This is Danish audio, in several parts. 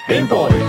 Game Boys.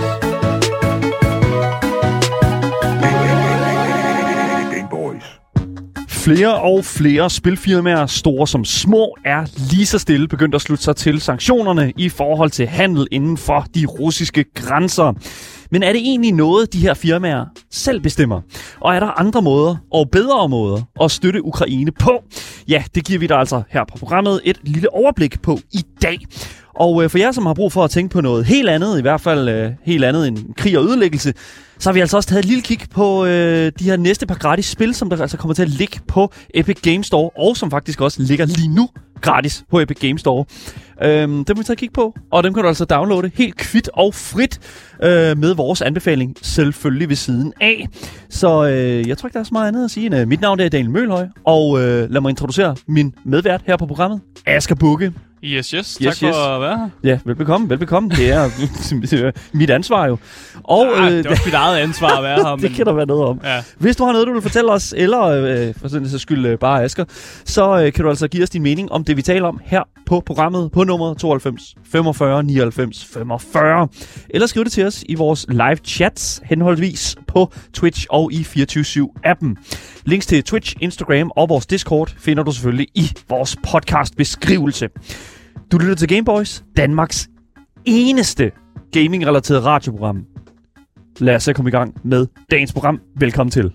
Flere og flere spilfirmaer, store som små, er lige så stille begyndt at slutte sig til sanktionerne i forhold til handel inden for de russiske grænser. Men er det egentlig noget, de her firmaer selv bestemmer? Og er der andre måder og bedre måder at støtte Ukraine på? Ja, det giver vi dig altså her på programmet et lille overblik på i dag. Og for jer, som har brug for at tænke på noget helt andet, i hvert fald helt andet end krig og ødelæggelse, så har vi altså også taget et lille kig på de her næste par gratis spil, som der altså kommer til at ligge på Epic Games Store, og som faktisk også ligger lige nu gratis på Epic Games Store. Dem vil vi tage et kig på, og dem kan du altså downloade helt kvit og frit med vores anbefaling selvfølgelig ved siden af. Så jeg tror ikke, der er så meget andet at sige. Mit navn er Daniel Mølhøj, og lad mig introducere min medvært her på programmet, Asger Bugge. Yes. Tak for at være her. Ja, velbekomme. Det er mit ansvar jo. Og, det er også mit eget ansvar at være her. Det kan der være noget om. Ja. Hvis du har noget, du vil fortælle os, eller for sådan så skyld bare Asger, så kan du altså give os din mening om det, vi taler om her på programmet på nummer 92 45 99 45. Eller skriv det til os i vores live chats, henholdsvis på Twitch og i 24/7-appen. Links til Twitch, Instagram og vores Discord finder du selvfølgelig i vores podcast-beskrivelse. Du lytter til Game Boys, Danmarks eneste gaming-relateret radioprogram. Lad os komme i gang med dagens program. Velkommen til.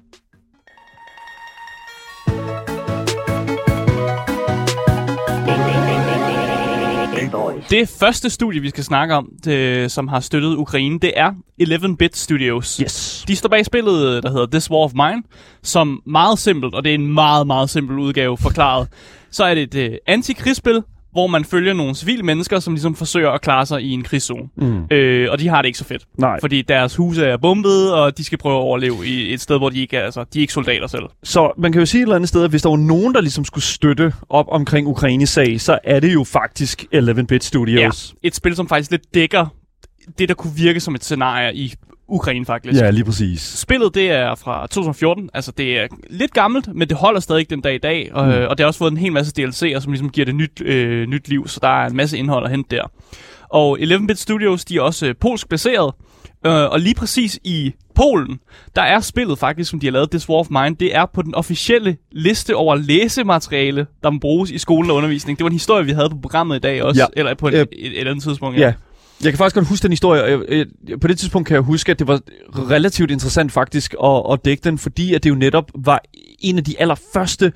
Det første studie, vi skal snakke om, som har støttet Ukraine, det er 11-bit Studios. Yes. De står bag spillet, der hedder This War of Mine, som meget simpelt, og det er en meget, meget simpel udgave forklaret. Så er det et antikrigsspil, hvor man følger nogle civile mennesker, som ligesom forsøger at klare sig i en krigszone. Og de har det ikke så fedt. Nej. Fordi deres huse er bombet, og de skal prøve at overleve i et sted, hvor de ikke er ikke soldater selv. Så man kan jo sige et eller andet sted, at hvis der var nogen, der ligesom skulle støtte op omkring Ukraines sag, så er det jo faktisk 11-bit Studios. Ja, et spil, som faktisk lidt dækker det, der kunne virke som et scenarie i Ukraine faktisk. Ja, lige præcis. Spillet, det er fra 2014, altså det er lidt gammelt, men det holder stadig den dag i dag, og det har også fået en hel masse DLC'er, som ligesom giver det nyt liv, så der er en masse indhold at hente der. Og 11-bit Studios, de er også polsk baseret, og lige præcis i Polen, der er spillet faktisk, som de har lavet, This War of Mine, det er på den officielle liste over læsemateriale, der må bruges i skole og undervisning. Det var en historie, vi havde på programmet i dag også, eller på et andet tidspunkt. Ja. Jeg kan faktisk godt huske den historie. På det tidspunkt kan jeg huske, at det var relativt interessant faktisk at dække den, fordi at det jo netop var en af de allerførste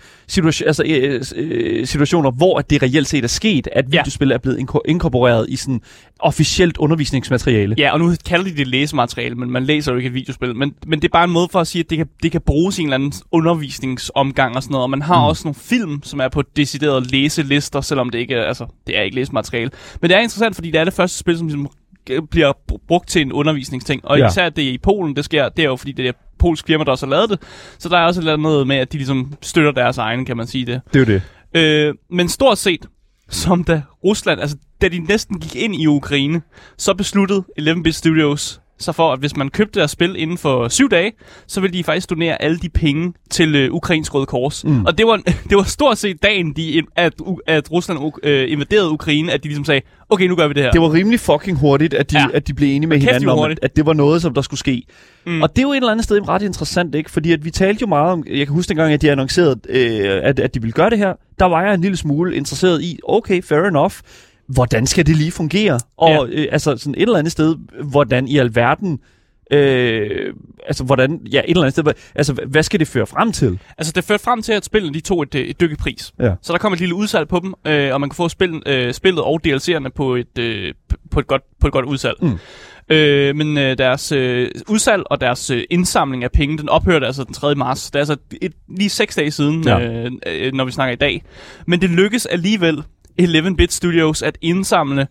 situationer, hvor at det reelt set er sket, at videospil er blevet inkorporeret i sådan officielt undervisningsmateriale. Ja, og nu kalder de det læsemateriale, men man læser jo ikke et videospil. Men det er bare en måde for at sige, at det kan bruges i en eller anden undervisningsomgang og sådan noget. Og man har også nogle film, som er på deciderede læselister, selvom det ikke er, det er ikke læsemateriale. Men det er interessant, fordi det er det første spil, som ligesom bliver brugt til en undervisningsting. Og især at det er i Polen, det sker, det er jo fordi det er polsk firma, der også har lavet det. Så der er også et eller andet med, at de ligesom støtter deres egen, kan man sige det. Det er jo det. Men stort set, som da Rusland, da de næsten gik ind i Ukraine, så besluttede 11-bit Studios så for, at hvis man købte deres spil inden for 7 dage, så ville de faktisk donere alle de penge til Ukrainsk Røde Kors. Og det var stort set dagen, at Rusland invaderede Ukraine, at de ligesom sagde, okay, nu gør vi det her. Det var rimelig fucking hurtigt, at de blev enige med hinanden om, at det var noget, som der skulle ske. Og det er jo et eller andet sted ret interessant, ikke? Fordi at vi talte jo meget om, jeg kan huske dengang, at de annoncerede, at de ville gøre det her, der var jeg en lille smule interesseret i, okay, fair enough, hvordan skal det lige fungere? Og sådan et eller andet sted, hvordan i alverden, hvordan, et eller andet sted, hvad skal det føre frem til? Altså, det førte frem til, at spillene, de tog et dyk i pris. Ja. Så der kom et lille udsalg på dem, og man kan få spillet og DLC'erne på et godt udsalg. Men deres udsalg og deres indsamling af penge, den ophørte altså den 3. marts. Det er altså lige 6 dage siden, når vi snakker i dag. Men det lykkes alligevel 11-bit Studios at indsamle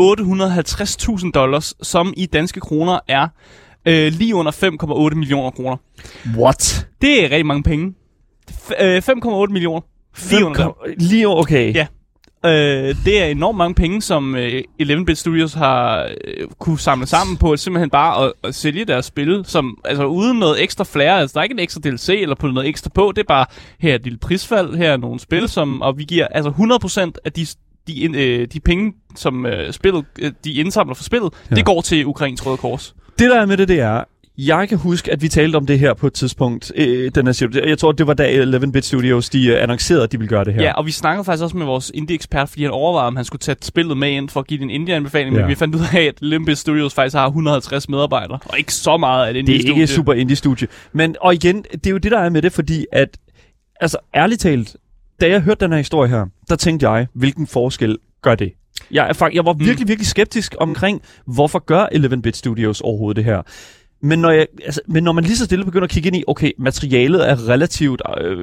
$850,000, som i danske kroner er lige under 5,8 millioner kroner. What? Det er rigtig mange penge. 5,8 millioner. 400. Lige okay. Ja. Det er enormt mange penge, som 11-bit Studios har kunne samle sammen på, simpelthen bare at sælge deres spil, som uden noget ekstra flair. Altså, der er ikke en ekstra DLC eller på noget ekstra på. Det er bare, her er et lille prisfald, her er nogle spil, og vi giver 100% af de penge, som spillet, de indsamler for spillet, det går til Ukrains Røde Kors. Det der er med det er, jeg kan huske, at vi talte om det her på et tidspunkt. Jeg tror, det var da 11-bit Studios, de annoncerede, at de ville gøre det her. Ja, og vi snakkede faktisk også med vores indie-ekspert, fordi han overvejede, om han skulle tage spillet med ind for at give det en indie-anbefaling, men vi fandt ud af, at 11-bit Studios faktisk har 150 medarbejdere, og ikke så meget af et indie-studie. Det er ikke super indie-studie. Men, og igen, det er jo det, der er med det, fordi at, altså ærligt talt, da jeg hørte den her historie her, der tænkte jeg, hvilken forskel gør det? Jeg var virkelig, virkelig skeptisk omkring, hvorfor gør 11-bit Studios overhovedet det her? Men når man lige så stille begynder at kigge ind i, okay, materialet er relativt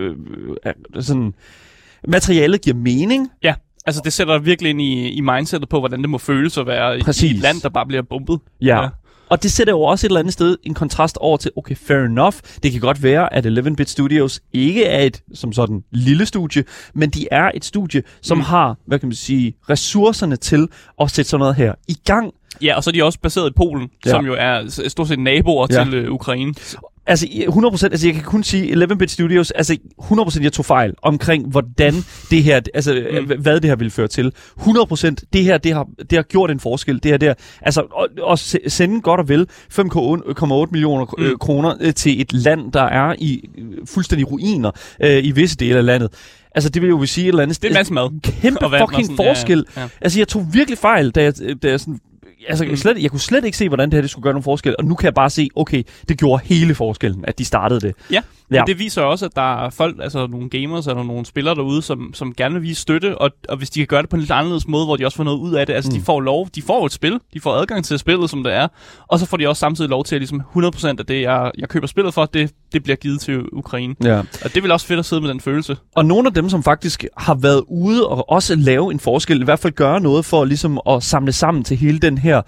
sådan, materialet giver mening. Ja, altså det sætter virkelig ind i mindsetet på, hvordan det må føles at være i et land, der bare bliver bumpet. Ja. Og det sætter jo også et eller andet sted en kontrast over til, okay, fair enough. Det kan godt være, at 11-bit Studios ikke er et som sådan lille studie, men de er et studie, som har, hvad kan man sige, ressourcerne til at sætte sådan noget her i gang. Ja, og så er de også baseret i Polen, som jo er stort set naboer til Ukraine. Altså 100%, altså jeg kan kun sige 11-bit Studios, altså 100% jeg tog fejl omkring, hvordan det her, altså hvad det her ville føre til. 100% det her, det har gjort en forskel. Det her der, altså og sende godt og vel 5,8 millioner kroner til et land, der er i fuldstændig ruiner i visse dele af landet. Altså det vil jo sige et eller andet. Det er en masse mad. Kæmpe fucking forskel. Ja. Altså jeg tog virkelig fejl, da jeg sådan. Altså, jeg kunne slet ikke se, hvordan det her det skulle gøre nogen forskel, og nu kan jeg bare se, okay, det gjorde hele forskellen, at de startede det. Ja, men det viser også, at der er folk, altså nogle gamers eller nogle spillere derude, som gerne vil vise støtte, og hvis de kan gøre det på en lidt anderledes måde, hvor de også får noget ud af det, altså de får et spil, de får adgang til spillet, som det er, og så får de også samtidig lov til, at ligesom 100% af det, jeg køber spillet for, det bliver givet til Ukraine. Ja. Og det vil også fedt at sidde med den følelse. Og nogle af dem, som faktisk har været ude og også lave en forskel, i hvert fald gøre noget for ligesom at samle sammen til hele den her,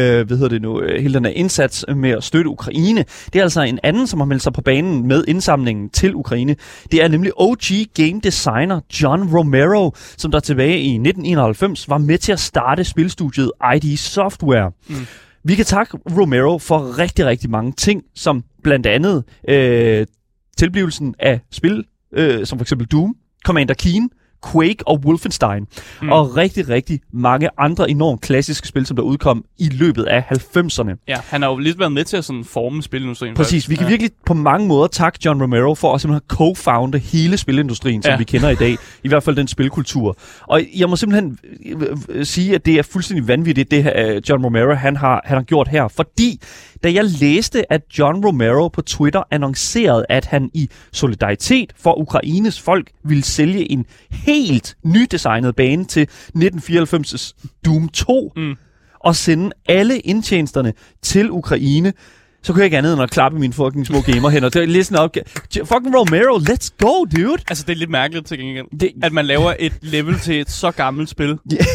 hele den her indsats med at støtte Ukraine. Det er altså en anden, som har meldt sig på banen med indsamlingen til Ukraine. Det er nemlig OG game designer John Romero, som der tilbage i 1991 var med til at starte spilstudiet ID Software. Vi kan takke Romero for rigtig, rigtig mange ting, som blandt andet tilblivelsen af spil, som for eksempel Doom, Commander Keen, Quake og Wolfenstein, og rigtig, rigtig mange andre enormt klassiske spil, som der udkom i løbet af 90'erne. Ja, han har jo lidt været med til at sådan forme spilindustrien. Præcis, vi kan virkelig på mange måder takke John Romero for at simpelthen co-founde hele spilindustrien, som vi kender i dag, i hvert fald den spilkultur. Og jeg må simpelthen sige, at det er fuldstændig vanvittigt, det her John Romero han har gjort her, fordi da jeg læste, at John Romero på Twitter annoncerede, at han i solidaritet for Ukraines folk ville sælge en helt nydesignet bane til 1994's Doom 2 og sende alle indtjenesterne til Ukraine, så kunne jeg ikke andet end at klappe mine fucking små gamerhænder til at listen op. Fucking Romero, let's go, dude! Altså, det er lidt mærkeligt til gengæld, at man laver et level til et så gammelt spil.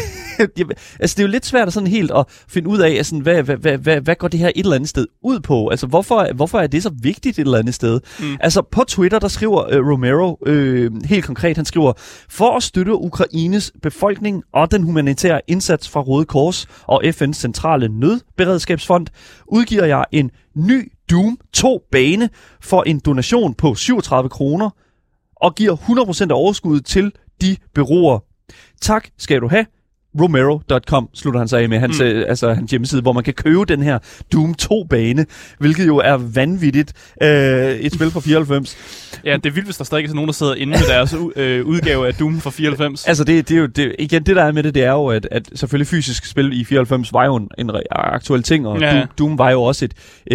Altså, det er jo lidt svært sådan helt at finde ud af, altså, hvad går det her et eller andet sted ud på? Altså, hvorfor er det så vigtigt et eller andet sted? Altså, på Twitter, der skriver Romero helt konkret, han skriver, for at støtte Ukraines befolkning og den humanitære indsats fra Røde Kors og FN's centrale nødberedskabsfond, udgiver jeg en ny Doom 2-bane for en donation på 37 kroner og giver 100% af overskuddet til de bureauer. Tak skal du have. Romero.com slutter han sig af med hans hjemmeside, hvor man kan købe den her Doom 2-bane, hvilket jo er vanvittigt. Et spil fra 94. Ja, det er vildt, hvis der stadig er nogen, der sidder inde med deres udgave af Doom fra 94. Altså, det er jo igen, det der er med det er jo, at selvfølgelig fysisk spil i 94 var jo en aktuel ting, og Doom var jo også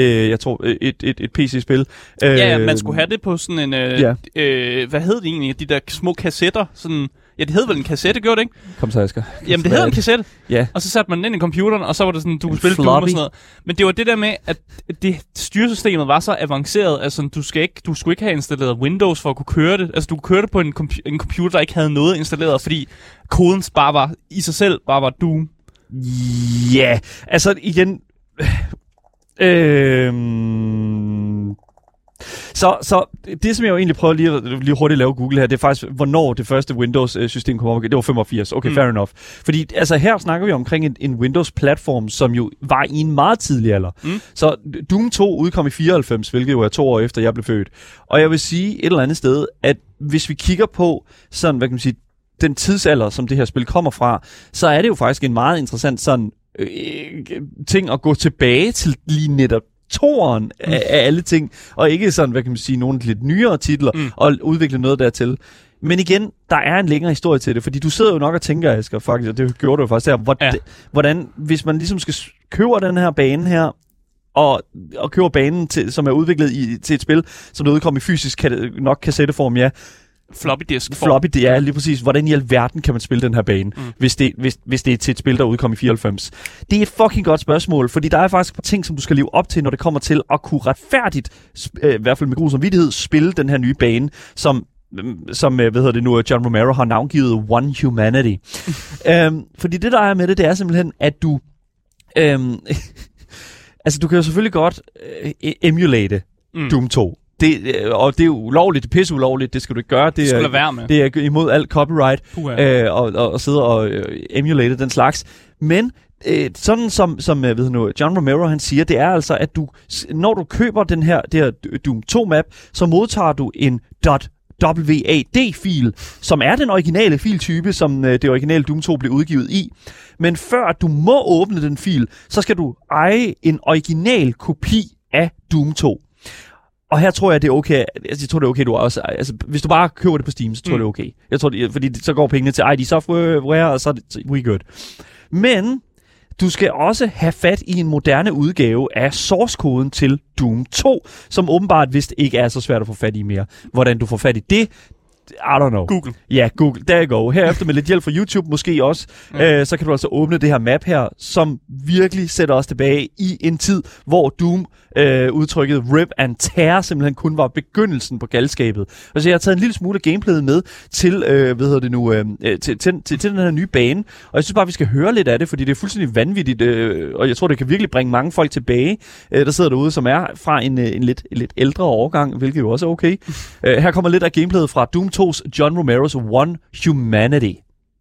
et PC-spil. Ja, man skulle have det på sådan en, hvad hed det egentlig, de der små kassetter, sådan. Ja, det hed vel en kassette, gjorde det ikke? Kom så, Asger. Jamen, det hed en kassette. Ja. Og så satte man den ind i computeren, og så var det sådan, du kunne spille Doom og sådan noget. Men det var det der med, at det styresystemet var så avanceret, altså du skulle ikke have installeret Windows for at kunne køre det. Altså, du kunne køre det på en computer, der ikke havde noget installeret, fordi koden bare var i sig selv bare var Doom. Ja, altså igen. Så det, som jeg jo egentlig prøver lige hurtigt at lave Google her, det er faktisk, hvornår det første Windows-system kom op. Det var 85. Okay, fair enough. Fordi altså, her snakker vi omkring en Windows-platform, som jo var i en meget tidlig alder. Så Doom 2 udkom i 94, hvilket jo er 2 år efter, jeg blev født. Og jeg vil sige et eller andet sted, at hvis vi kigger på sådan, hvad kan man sige, den tidsalder, som det her spil kommer fra, så er det jo faktisk en meget interessant sådan ting at gå tilbage til lige netop toren af alle ting, og ikke sådan, hvad kan man sige, nogle lidt nyere titler, og udvikle noget dertil. Men igen, der er en længere historie til det, fordi du sidder jo nok og tænker, Asger, faktisk, og det gjorde du jo faktisk der, hvordan, hvis man ligesom skal købe den her bane her, og køber banen, som er udviklet til et spil, som der udkommer i fysisk nok kassetteform, ja. Floppy disk. Ja, lige præcis. Hvordan i alverden kan man spille den her bane, hvis det er til et spil, der udkom i 94? Det er et fucking godt spørgsmål, fordi der er faktisk et par ting, som du skal leve op til, når det kommer til at kunne retfærdigt, i hvert fald med grus og vittighed, spille den her nye bane, som John Romero har navngivet One Humanity. Fordi det, der er med det er simpelthen, at du... altså, du kan jo selvfølgelig godt emulate Doom 2. Og det er jo ulovligt, det er pisseulovligt, det skal du ikke gøre. Det skal være med. Det er imod alt copyright og sidde og emulate den slags. Men sådan som John Romero han siger, det er altså, at når du køber det her Doom 2-map, så modtager du en .wad-fil, som er den originale filtype, som det originale Doom 2 blev udgivet i. Men før du må åbne den fil, så skal du eje en original kopi af Doom 2. Og her tror jeg, det er okay. Altså, jeg tror, det er okay, du også... Altså, hvis du bare køber det på Steam, så tror jeg, det er okay. Jeg tror, fordi så går pengene til ID Software, og så er det we good. Men du skal også have fat i en moderne udgave af source-koden til Doom 2, som åbenbart vist ikke er så svært at få fat i mere. Hvordan du får fat i det, I don't know. Google. Ja, Google. There you go. Herefter med lidt hjælp fra YouTube måske også, så kan du altså åbne det her map her, som virkelig sætter os tilbage i en tid, hvor Doom udtrykket rip and tear simpelthen kun var begyndelsen på galskabet. Altså jeg har taget en lille smule gameplay med til til den her nye bane, og jeg synes bare, vi skal høre lidt af det, fordi det er fuldstændig vanvittigt, og jeg tror, det kan virkelig bringe mange folk tilbage, der sidder derude, som er fra en lidt ældre årgang, hvilket jo også er okay. Her kommer lidt af gameplayet fra Doom 2's John Romero's One Humanity.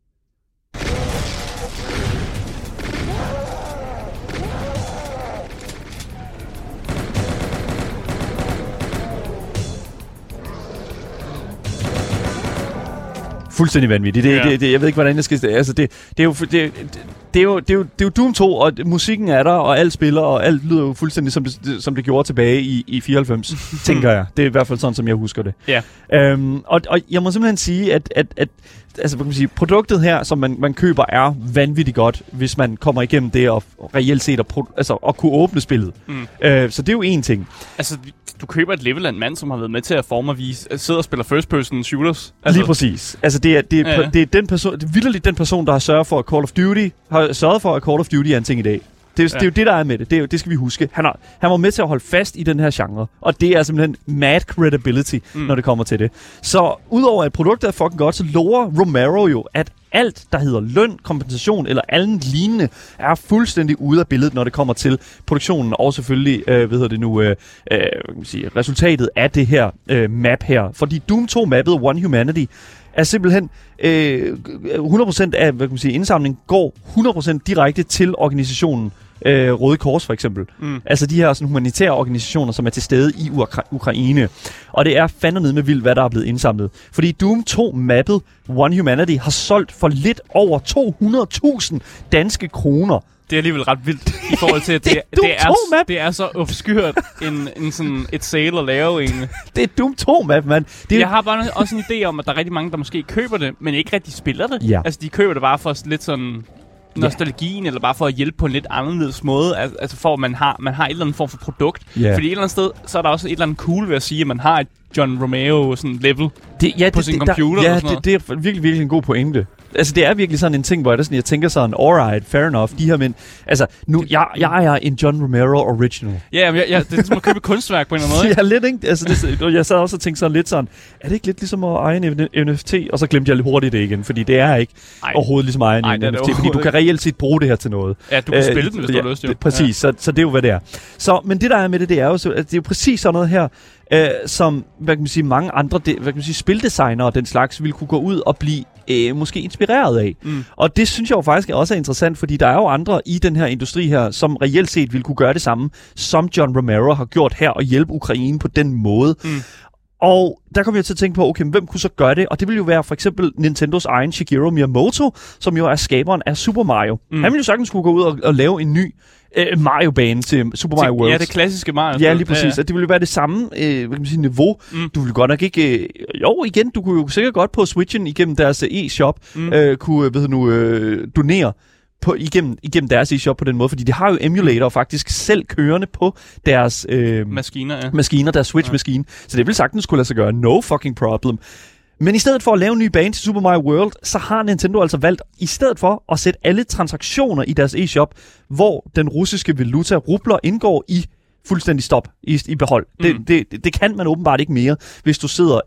Fuldstændig vanvittigt. Jeg ved ikke, hvordan jeg skal... Altså, det er jo Doom 2, og musikken er der, og alt spiller, og alt lyder jo fuldstændig, som det gjorde tilbage i 94, tænker jeg. Det er i hvert fald sådan, som jeg husker det. Yeah. Og jeg må simpelthen sige, at altså, hvad kan man sige, produktet her, som man køber, er vanvittigt godt, hvis man kommer igennem det, og reelt set at kunne åbne spillet. Så det er jo én ting. Altså, du køber et level af en mand, som har været med til at forme og sidder og spiller first-person shooters. Altså. Lige præcis. Altså, det er den person, det er vitterligt den person, der har sørget for, at Call of Duty er en ting i dag. Det er jo det, der er med det. Det skal vi huske. Han var med til at holde fast i den her genre, og det er simpelthen mad credibility, når det kommer til det. Så udover at produktet er fucking godt, så lover Romero jo, at alt, der hedder løn, kompensation eller andet lignende, er fuldstændig ude af billedet, når det kommer til produktionen, og selvfølgelig, resultatet af det her map her. Fordi Doom 2-mappet One Humanity er simpelthen 100% af indsamling går 100% direkte til organisationen Røde Kors for eksempel. Altså de her sådan, humanitære organisationer, som er til stede i Ukraine. Og det er fandme med vildt, hvad der er blevet indsamlet. Fordi Doom 2-mappet One Humanity har solgt for lidt over 200.000 danske kroner. Det er alligevel ret vildt i forhold til, at det er så obskyrt sådan et sale at lave egentlig. Det er Doom 2-map, mand. Jeg har bare også en idé om, at der er rigtig mange, der måske køber det, men ikke rigtig spiller det. Ja. Altså, de køber det bare for lidt sådan nostalgien, eller bare for at hjælpe på en lidt anderledes måde. Altså, for at man har en eller anden form for produkt. Yeah. Fordi et eller andet sted, så er der også et eller andet cool ved at sige, at man har et John Romero sådan level på sin computer. Ja, det er virkelig, virkelig en god pointe. Altså, det er virkelig sådan en ting, hvor jeg tænker sådan, alright, fair enough, de her mænd. Altså, nu, jeg er en John Romero original. Ja, det er ligesom at købe kunstværk på en eller anden måde, ikke? Ja, lidt, ikke? Altså, jeg sad også og tænkte sådan lidt sådan, er det ikke lidt ligesom at eje en NFT? Og så glemte jeg lidt hurtigt det igen, fordi det er ikke overhovedet ligesom at eje en NFT, fordi du kan reelt set bruge det her til noget. Ja, du kan spille den, hvis du har lyst, jo. Præcis, så det er jo, hvad det er. Så, men det, der er med det er jo, at det er jo præcis sådan noget her, som, hvad kan man sige, mange andre, spildesignere og den slags, ville kunne gå ud og blive måske inspireret af. Og det synes jeg jo faktisk også er interessant, fordi der er jo andre i den her industri her, som reelt set ville kunne gøre det samme, som John Romero har gjort her, og hjælpe Ukraine på den måde. Og der kom jeg til at tænke på, okay, hvem kunne så gøre det? Og det ville jo være for eksempel Nintendos egen Shigeru Miyamoto, som jo er skaberen af Super Mario. Han ville jo sagtens kunne gå ud og lave en ny Mario-bane til Super Mario World. Ja, det klassiske Mario. Ja, lige præcis. Ja. Det ville jo være det samme hvad kan man sige, niveau. Du ville godt nok ikke... igen, du kunne jo sikkert godt på Switchen igennem deres e-shop kunne donere igennem deres e-shop på den måde, fordi de har jo emulator faktisk selv kørende på deres maskiner, deres Switch-maskine. Så det vil sagtens kunne lade sig gøre. No fucking problem. Men i stedet for at lave en ny bane til Super Mario World, så har Nintendo altså valgt, i stedet for at sætte alle transaktioner i deres e-shop, hvor den russiske valuta rubler indgår i fuldstændig stop i behold. Det kan man åbenbart ikke mere, hvis du sidder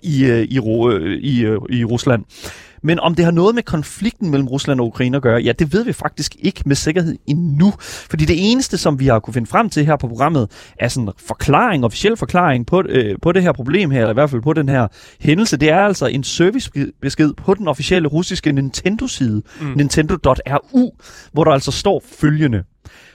i Rusland. Men om det har noget med konflikten mellem Rusland og Ukraine at gøre, ja, det ved vi faktisk ikke med sikkerhed endnu. Fordi det eneste, som vi har kunne finde frem til her på programmet, er sådan en officiel forklaring på det her problem her, eller i hvert fald på den her hændelse. Det er altså en servicebesked på den officielle russiske Nintendo-side, nintendo.ru, hvor der altså står følgende.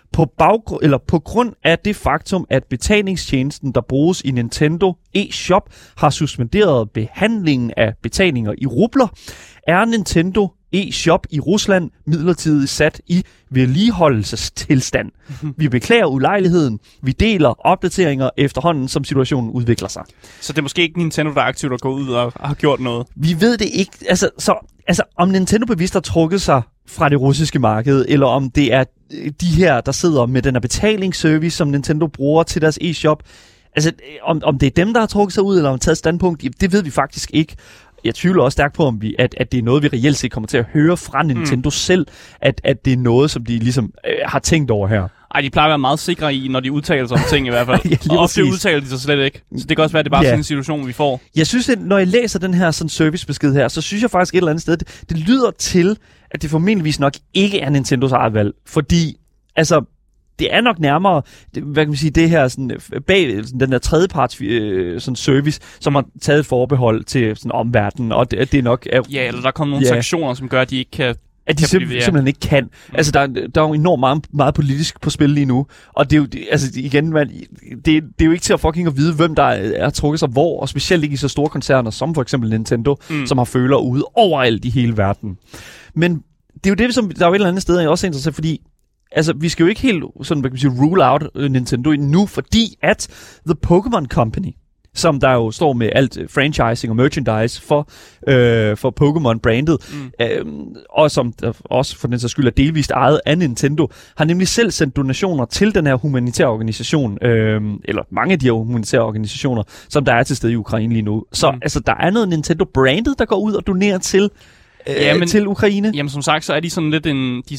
På grund af det faktum, at betalingstjenesten, der bruges i Nintendo eShop, har suspenderet behandlingen af betalinger i rubler, er Nintendo eShop i Rusland midlertidigt sat i vedligeholdelsestilstand. Vi beklager ulejligheden. Vi deler opdateringer efterhånden, som situationen udvikler sig. Så det er måske ikke Nintendo, der er aktivt at gå ud og har gjort noget? Vi ved det ikke. Altså, om Nintendo bevidst har trukket sig fra det russiske marked, eller om det er de her, der sidder med den her betalingsservice, som Nintendo bruger til deres e-shop. Altså, om det er dem, der har trukket sig ud, eller om taget standpunkt, det ved vi faktisk ikke. Jeg tvivler også stærkt på, at det er noget, vi reelt set kommer til at høre fra Nintendo selv, at det er noget, som de ligesom har tænkt over her. Ej, de plejer at være meget sikre i, når de udtaler sig om ting i hvert fald. Ja, og ofte udtaler de sig slet ikke. Så det kan også være, at det er bare sådan en situation, vi får. Jeg synes, at når jeg læser den her sådan servicebesked her, så synes jeg faktisk et eller andet sted, det lyder til, at det formentligvis nok ikke er Nintendos eget valg. Fordi, altså, det er nok nærmere, hvad kan man sige, det her sådan, bag den der tredjeparts sådan service, som har taget et forbehold til sådan omverdenen, og det er nok... Ja, eller der kommer nogle sanktioner, som gør, at de ikke kan... At de simpelthen ikke kan. Altså, der er jo enormt meget politisk på spil lige nu. Og det er jo, altså igen, det er jo ikke til at fucking at vide, hvem der er trukket sig hvor, og specielt ikke i så store koncerner, som for eksempel Nintendo, som har føler ude overalt i hele verden. Men det er jo det, som der er jo et eller andet sted, jeg også er interesseret, fordi altså, vi skal jo ikke helt sådan, hvad kan man sige, rule out Nintendo endnu, fordi at The Pokémon Company, som der jo står med alt franchising og merchandise for Pokémon-brandet, og som også for den sags skyld er delvist ejet af Nintendo, har nemlig selv sendt donationer til den her humanitære organisation, eller mange af de her humanitære organisationer, som der er til stede i Ukraine lige nu. Så altså, der er noget Nintendo-brandet, der går ud og donerer til Ukraine. Jamen som sagt, så er de sådan lidt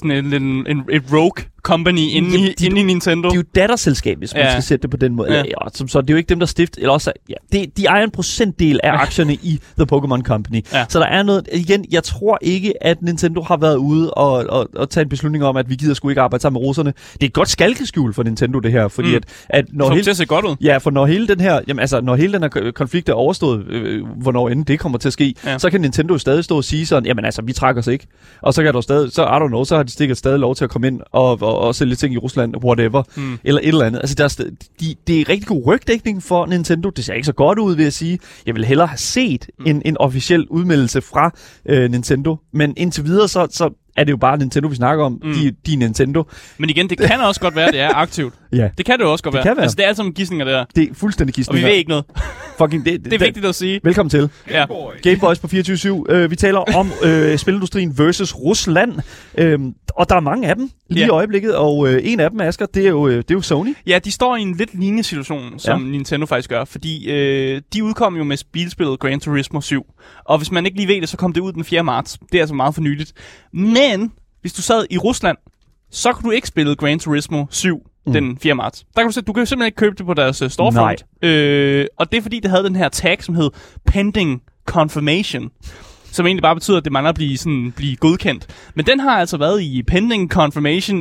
et rogue company inde i Nintendo. Det er jo datterselskab, hvis man skal sætte det på den måde. Så det er jo ikke dem, der stifter. Eller også, de ejer en procentdel af aktierne i The Pokémon Company. Ja. Så der er noget... Igen, jeg tror ikke, at Nintendo har været ude og tage en beslutning om, at vi gider sgu ikke arbejde sammen med russerne. Det er et godt skalkeskjul for Nintendo, det her. Fordi at når hele, til at se godt ud. Ja, for når hele den her... Jamen altså, når hele den her konflikt er overstået, hvornår end det kommer til at ske, så kan Nintendo stadig stå og sige sådan, jamen altså, vi trækker os ikke. Og så kan der stadig... Så, I don't know, så har de sikkert stadig lov til at komme ind og sælge ting i Rusland, whatever, eller et eller andet. Altså, det er rigtig god rygdækning for Nintendo. Det ser ikke så godt ud, vil jeg sige. Jeg vil hellere have set en officiel udmeldelse fra Nintendo. Men indtil videre, så er det jo bare Nintendo, vi snakker om. De Nintendo. Men igen, det kan også godt være, at det er aktivt. Ja. Det kan det jo også godt være. Altså, det er alt sammen gidsninger der. Det er fuldstændig gidsninger. Og vi ved ikke noget. Fucking det er vigtigt at sige. Velkommen til. Ja. Gameboys på 24/7. Vi taler om spilindustrien versus Rusland. Og der er mange af dem lige i øjeblikket. Og en af dem, Asger, det er jo Sony. Ja, de står i en lidt lignende situation, som Nintendo faktisk gør. Fordi de udkom jo med bilspillet Gran Turismo 7. Og hvis man ikke lige ved det, så kom det ud den 4. marts. Det er altså meget for nyligt. Men hvis du sad i Rusland, så kunne du ikke spille Gran Turismo 7 den 4. marts. Du kan simpelthen ikke købe det på deres storefront. Og det er fordi, det havde den her tag, som hed Pending Confirmation, som egentlig bare betyder, at det mangler at blive godkendt. Men den har altså været i Pending Confirmation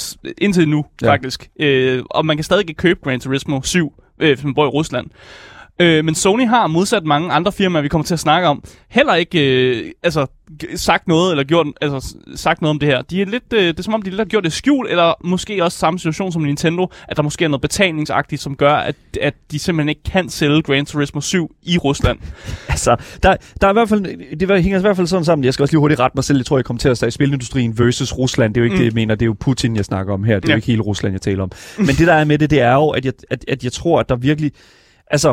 indtil nu, faktisk. Og man kan stadig ikke købe Gran Turismo 7, hvis man bor i Rusland. Men Sony har modsat mange andre firmaer, vi kommer til at snakke om, heller ikke sagt noget eller sagt noget om det her. De er lidt, det er som om de lidt har gjort det skjult, eller måske også samme situation som Nintendo, at der måske er noget betalingsagtigt, som gør, at de simpelthen ikke kan sælge Gran Turismo 7 i Rusland. Altså, der er i hvert fald, det hænger i hvert fald sådan sammen. Jeg skal også lige hurtigt rette mig selv. Jeg tror, jeg kommer til at sige spilindustrien versus Rusland. Det er jo ikke det, jeg mener. Det er jo Putin, jeg snakker om her. Det er jo ikke hele Rusland, jeg taler om. Men det, der er med det er jo, at jeg tror, at der virkelig... Altså,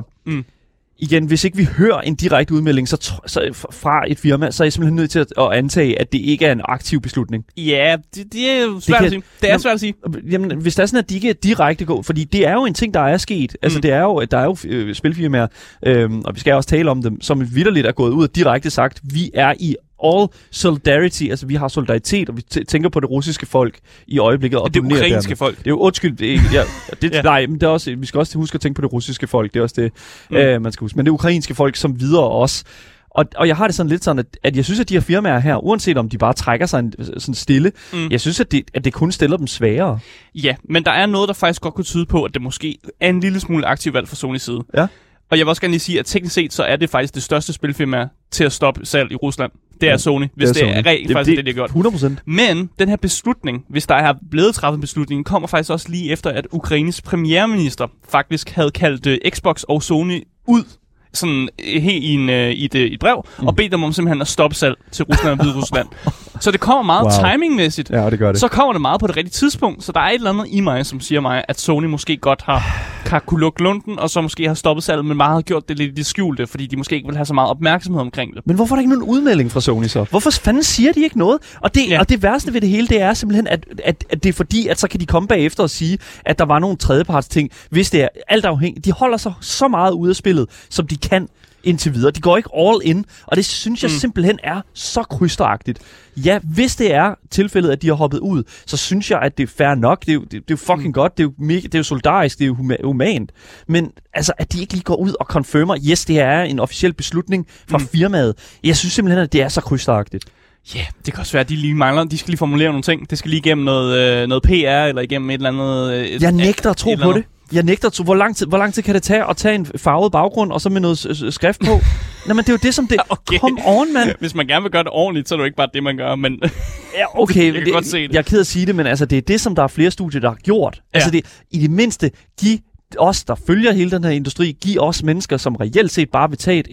igen, hvis ikke vi hører en direkte udmelding så fra et firma, så er jeg simpelthen nødt til at antage, at det ikke er en aktiv beslutning. Ja, det er jo svært at sige. Det er svært at sige. Jamen, hvis der er sådan, at de ikke er direkte gå, fordi det er jo en ting, der er sket. Altså, der er jo spilfirmaer, og vi skal også tale om dem, som vitterligt er gået ud og direkte sagt, vi er i all solidarity, altså vi har solidaritet, og vi tænker på det russiske folk i øjeblikket. Og det ukrainske folk. Det er jo undskyld. Nej, men det er også, vi skal også huske at tænke på det russiske folk. Det er også det, man skal huske. Men det ukrainske folk som videre også. Og jeg har det sådan lidt sådan, at jeg synes, at de her firmaer her, uanset om de bare trækker sig sådan stille, jeg synes, at det kun stiller dem sværere. Ja, men der er noget, der faktisk godt kunne tyde på, at det måske er en lille smule aktiv valg fra Sonys side. Ja. Og jeg vil også gerne lige sige, at teknisk set, så er det faktisk det største spilfirma til at stoppe salg i Rusland. Det er Sony, hvis det er rent faktisk det, de har gjort. 100%. Men den her beslutning, hvis der er blevet træffet en beslutning, kommer faktisk også lige efter, at Ukraines premierminister faktisk havde kaldt Xbox og Sony ud sådan helt i et brev, og bedt dem om simpelthen at stoppe salg til Rusland og Hviderusland. Så det kommer meget timingmæssigt. Ja, det gør det. Så kommer det meget på det rigtige tidspunkt. Så der er et eller andet i mig, som siger mig, at Sony måske godt har kunne lukke lunden, og så måske har stoppet salget, men meget har gjort det lidt i det skjulte, fordi de måske ikke vil have så meget opmærksomhed omkring det. Men hvorfor er der ikke nogen udmelding fra Sony så? Hvorfor fanden siger de ikke noget? Og det værste ved det hele, det er simpelthen, at det er fordi, at så kan de komme bagefter og sige, at der var nogle tredjeparts ting, hvis det er alt afhængigt. De holder sig så meget ude af spillet, som de kan indtil videre. De går ikke all in, og det synes jeg simpelthen er så krysteragtigt. Ja, hvis det er tilfældet, at de har hoppet ud, så synes jeg, at det er fair nok. Det er jo fucking godt. Det er jo solidarisk. Det er jo humant. Men altså, at de ikke lige går ud og confirmer, yes, det er en officiel beslutning fra firmaet. Jeg synes simpelthen, at det er så krysteragtigt. Ja, det kan også være, at de lige mangler. De skal lige formulere nogle ting. Det skal lige igennem noget PR, eller igennem et eller andet... Jeg nægter at tro på det. Jeg nægter hvor lang tid kan det tage at tage en farvet baggrund, og så med noget skrift på? Nå, men det er jo det, som det... Okay. Come on, mand. Hvis man gerne vil gøre det ordentligt, så er det jo ikke bare det, man gør, men... Ja, okay. Jeg kan godt se det. Jeg er ked at sige det, men altså, det er det, som der er flere studier, der har gjort. Ja. Altså, i det mindste, giv os, der følger hele den her industri, giv os mennesker, som reelt set bare vil tage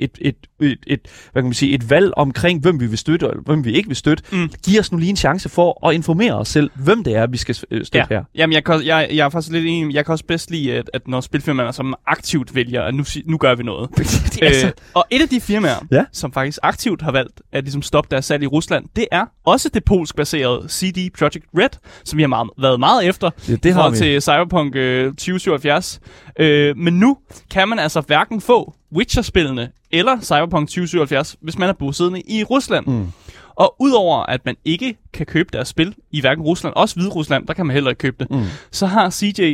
et valg omkring, hvem vi vil støtte, og hvem vi ikke vil støtte. Giv os nu lige en chance for at informere os selv, hvem det er, vi skal støtte her. Jamen, jeg er faktisk lidt enig. Jeg kan også bedst lide, at når spilfirmaer som aktivt vælger, at nu gør vi noget. Og et af de firmaer, som faktisk aktivt har valgt at ligesom stoppe deres salg i Rusland, det er også det polsk-baserede CD Projekt Red, som vi har været meget efter i forhold til Cyberpunk 2077. Men nu kan man altså hverken få Witcher-spillene eller Cyberpunk 2077, hvis man er bosiddende i Rusland. Og udover at man ikke kan købe deres spil i hverken Rusland, også Hviderusland, der kan man heller ikke købe det, så har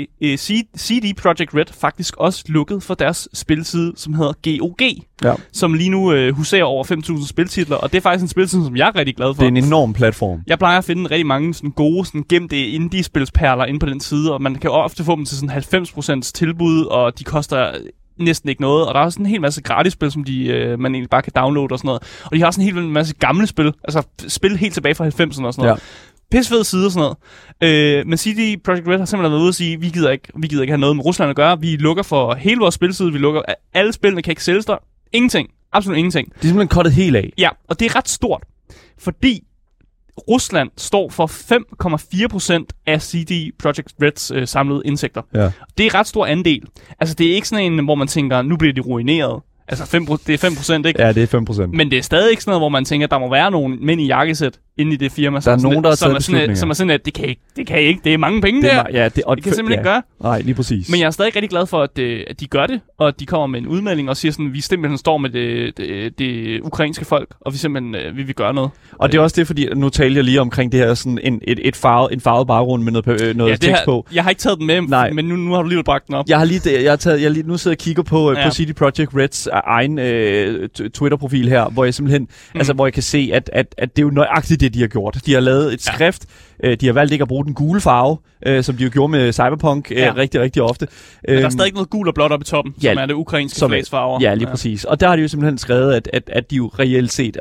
CD Projekt Red faktisk også lukket for deres spilside, som hedder GOG, som lige nu huserer over 5.000 spiltitler, og det er faktisk en spilside, som jeg er rigtig glad for. Det er en enorm platform. Jeg plejer at finde rigtig mange sådan gode, sådan gemte indie-spilsperler inde på den side, og man kan ofte få dem til sådan 90% tilbud, og de koster næsten ikke noget, og der er også en hel masse gratis spil, som man egentlig bare kan downloade og sådan noget. Og de har også en hel masse gamle spil, altså spil helt tilbage fra 90'erne og sådan noget. Pissefed side og sådan noget. Men CD Projekt Red har simpelthen været ude og sige, vi gider ikke have noget med Rusland at gøre. Vi lukker for hele vores spilside, vi lukker alle spillene kan ikke sælges der. Ingenting. Absolut ingenting. Det er simpelthen cuttet helt af. Ja, og det er ret stort, fordi Rusland står for 5,4% af CD Projekt Reds samlede indtægter. Ja. Det er ret stor andel. Altså, det er ikke sådan en, hvor man tænker, nu bliver de ruineret. Altså, det er 5%, ikke? Ja, det er 5%. Men det er stadig ikke sådan noget, hvor man tænker, der må være nogen mænd i jakkesæt inde i det firma. Der er nogen, der har taget beslutninger. Som er sådan, at det kan ikke. Det er mange penge der. Det kan simpelthen ikke gøre. Nej, lige præcis. Men jeg er stadig rigtig glad for, at de gør det, og at de kommer med en udmelding og siger sådan, vi simpelthen står med det ukrainske folk, og vi simpelthen vi vil gøre noget. Og det er også det, fordi nu taler jeg lige omkring det her sådan en farvet baggrund med noget tekst på. Jeg har ikke taget den med, men nu har du lige bragt den op. Jeg nu sidder og kigger på CD Projekt Reds egen Twitter-profil her, hvor jeg simpelthen, altså hvor jeg kan se, at det er jo nøjagtigt det, de har gjort. De har lavet et skrift. De har valgt ikke at bruge den gule farve, som de jo gjorde med Cyberpunk rigtig, rigtig ofte. Men der er stadig noget gul og blåt oppe i toppen, som er det ukrainske flagsfarver. Ja, lige præcis. Og der har de jo simpelthen skrevet, at de jo reelt set,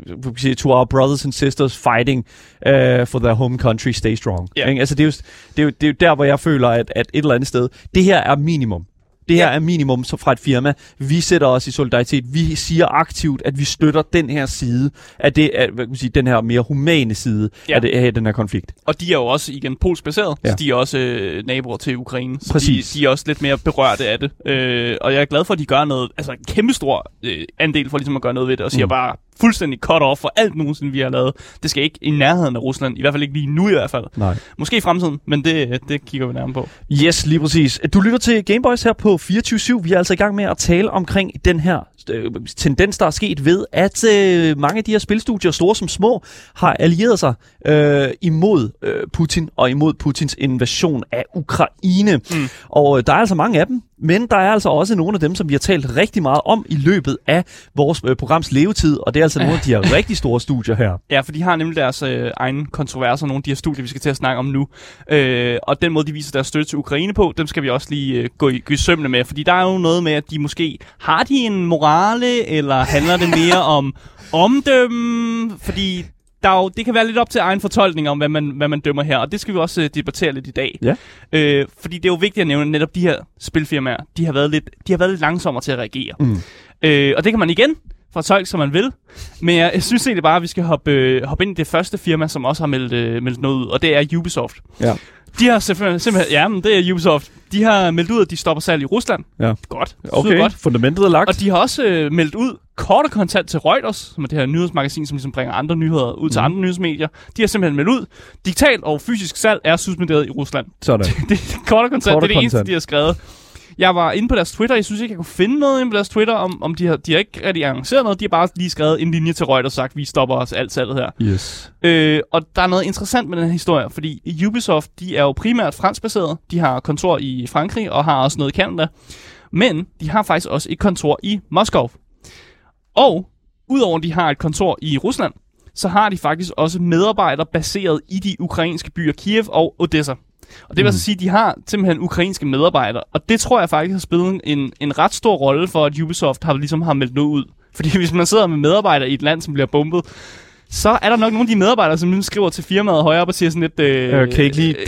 to our brothers and sisters fighting for their home country, stay strong. Yeah. Altså, det er jo der, hvor jeg føler, at et eller andet sted, det her er minimum. Det her er minimum fra et firma. Vi sætter os i solidaritet. Vi siger aktivt, at vi støtter den her side af det, den her mere humane side af den her konflikt. Og de er jo også igen polsk baseret, så de er også naboer til Ukraine. Så præcis. De er også lidt mere berørte af det. Og jeg er glad for, at de gør noget, altså en kæmpestor andel for ligesom at gøre noget ved det, og siger bare fuldstændig cut off for alt nogensinde, vi har lavet. Det skal ikke i nærheden af Rusland. I hvert fald ikke lige nu i hvert fald. Nej. Måske i fremtiden, men det kigger vi nærmere på. Yes, lige præcis. Du lytter til Gameboys her på 24/7. Vi er altså i gang med at tale omkring den her tendens, der er sket ved, at mange af de her spilstudier, store som små, har allieret sig imod Putin og imod Putins invasion af Ukraine. Og der er altså mange af dem, men der er altså også nogle af dem, som vi har talt rigtig meget om i løbet af vores programs levetid, og det er altså nogle af de her rigtig store studier her. Ja, for de har nemlig deres egne kontroverser, nogle af de her studier, vi skal til at snakke om nu. Og den måde, de viser deres støtte til Ukraine på, dem skal vi også lige gå i sømmene med, fordi der er jo noget med, at de måske har de en morale, eller handler det mere om omdømme, fordi det kan være lidt op til egen fortolkning om, hvad man dømmer her, og det skal vi også debattere lidt i dag. Ja. Fordi det er jo vigtigt at nævne, at netop de her spilfirmaer, de har været lidt langsommere til at reagere. Og det kan man igen fortolke, som man vil, men jeg synes egentlig bare, at vi skal hoppe ind i det første firma, som også har meldt noget ud, og det er Ubisoft. Ja. De har simpelthen, det er Ubisoft. De har meldt ud, at de stopper salg i Rusland. Ja. Godt. Okay, godt. Fundamentet er lagt. Og de har også meldt ud kort og kontant til Reuters, som er det her nyhedsmagasin, som ligesom bringer andre nyheder ud til andre nyhedsmedier. De har simpelthen meldt ud, digitalt og fysisk salg er suspenderet i Rusland. Sådan. Det kort og kontant, det er det eneste, de har skrevet. Jeg var inde på deres Twitter, jeg synes ikke, jeg kunne finde noget inde på deres Twitter, om de har ikke rigtig annonceret noget, de har bare lige skrevet en linje til Reuters og sagt, vi stopper os alt salget her. Yes. Og der er noget interessant med den her historie, fordi Ubisoft, de er jo primært franskbaseret, de har kontor i Frankrig og har også noget i Canada, men de har faktisk også et kontor i Moskov. Og udover at de har et kontor i Rusland, så har de faktisk også medarbejdere baseret i de ukrainske byer Kiev og Odessa. Og det vil altså sige, at de har simpelthen ukrainske medarbejdere. Og det tror jeg faktisk har spillet en ret stor rolle for, at Ubisoft har meldt noget ud. Fordi hvis man sidder med medarbejdere i et land, som bliver bombet, så er der nok nogle af de medarbejdere, som skriver til firmaet højere op og siger sådan lidt... kan ikke lige...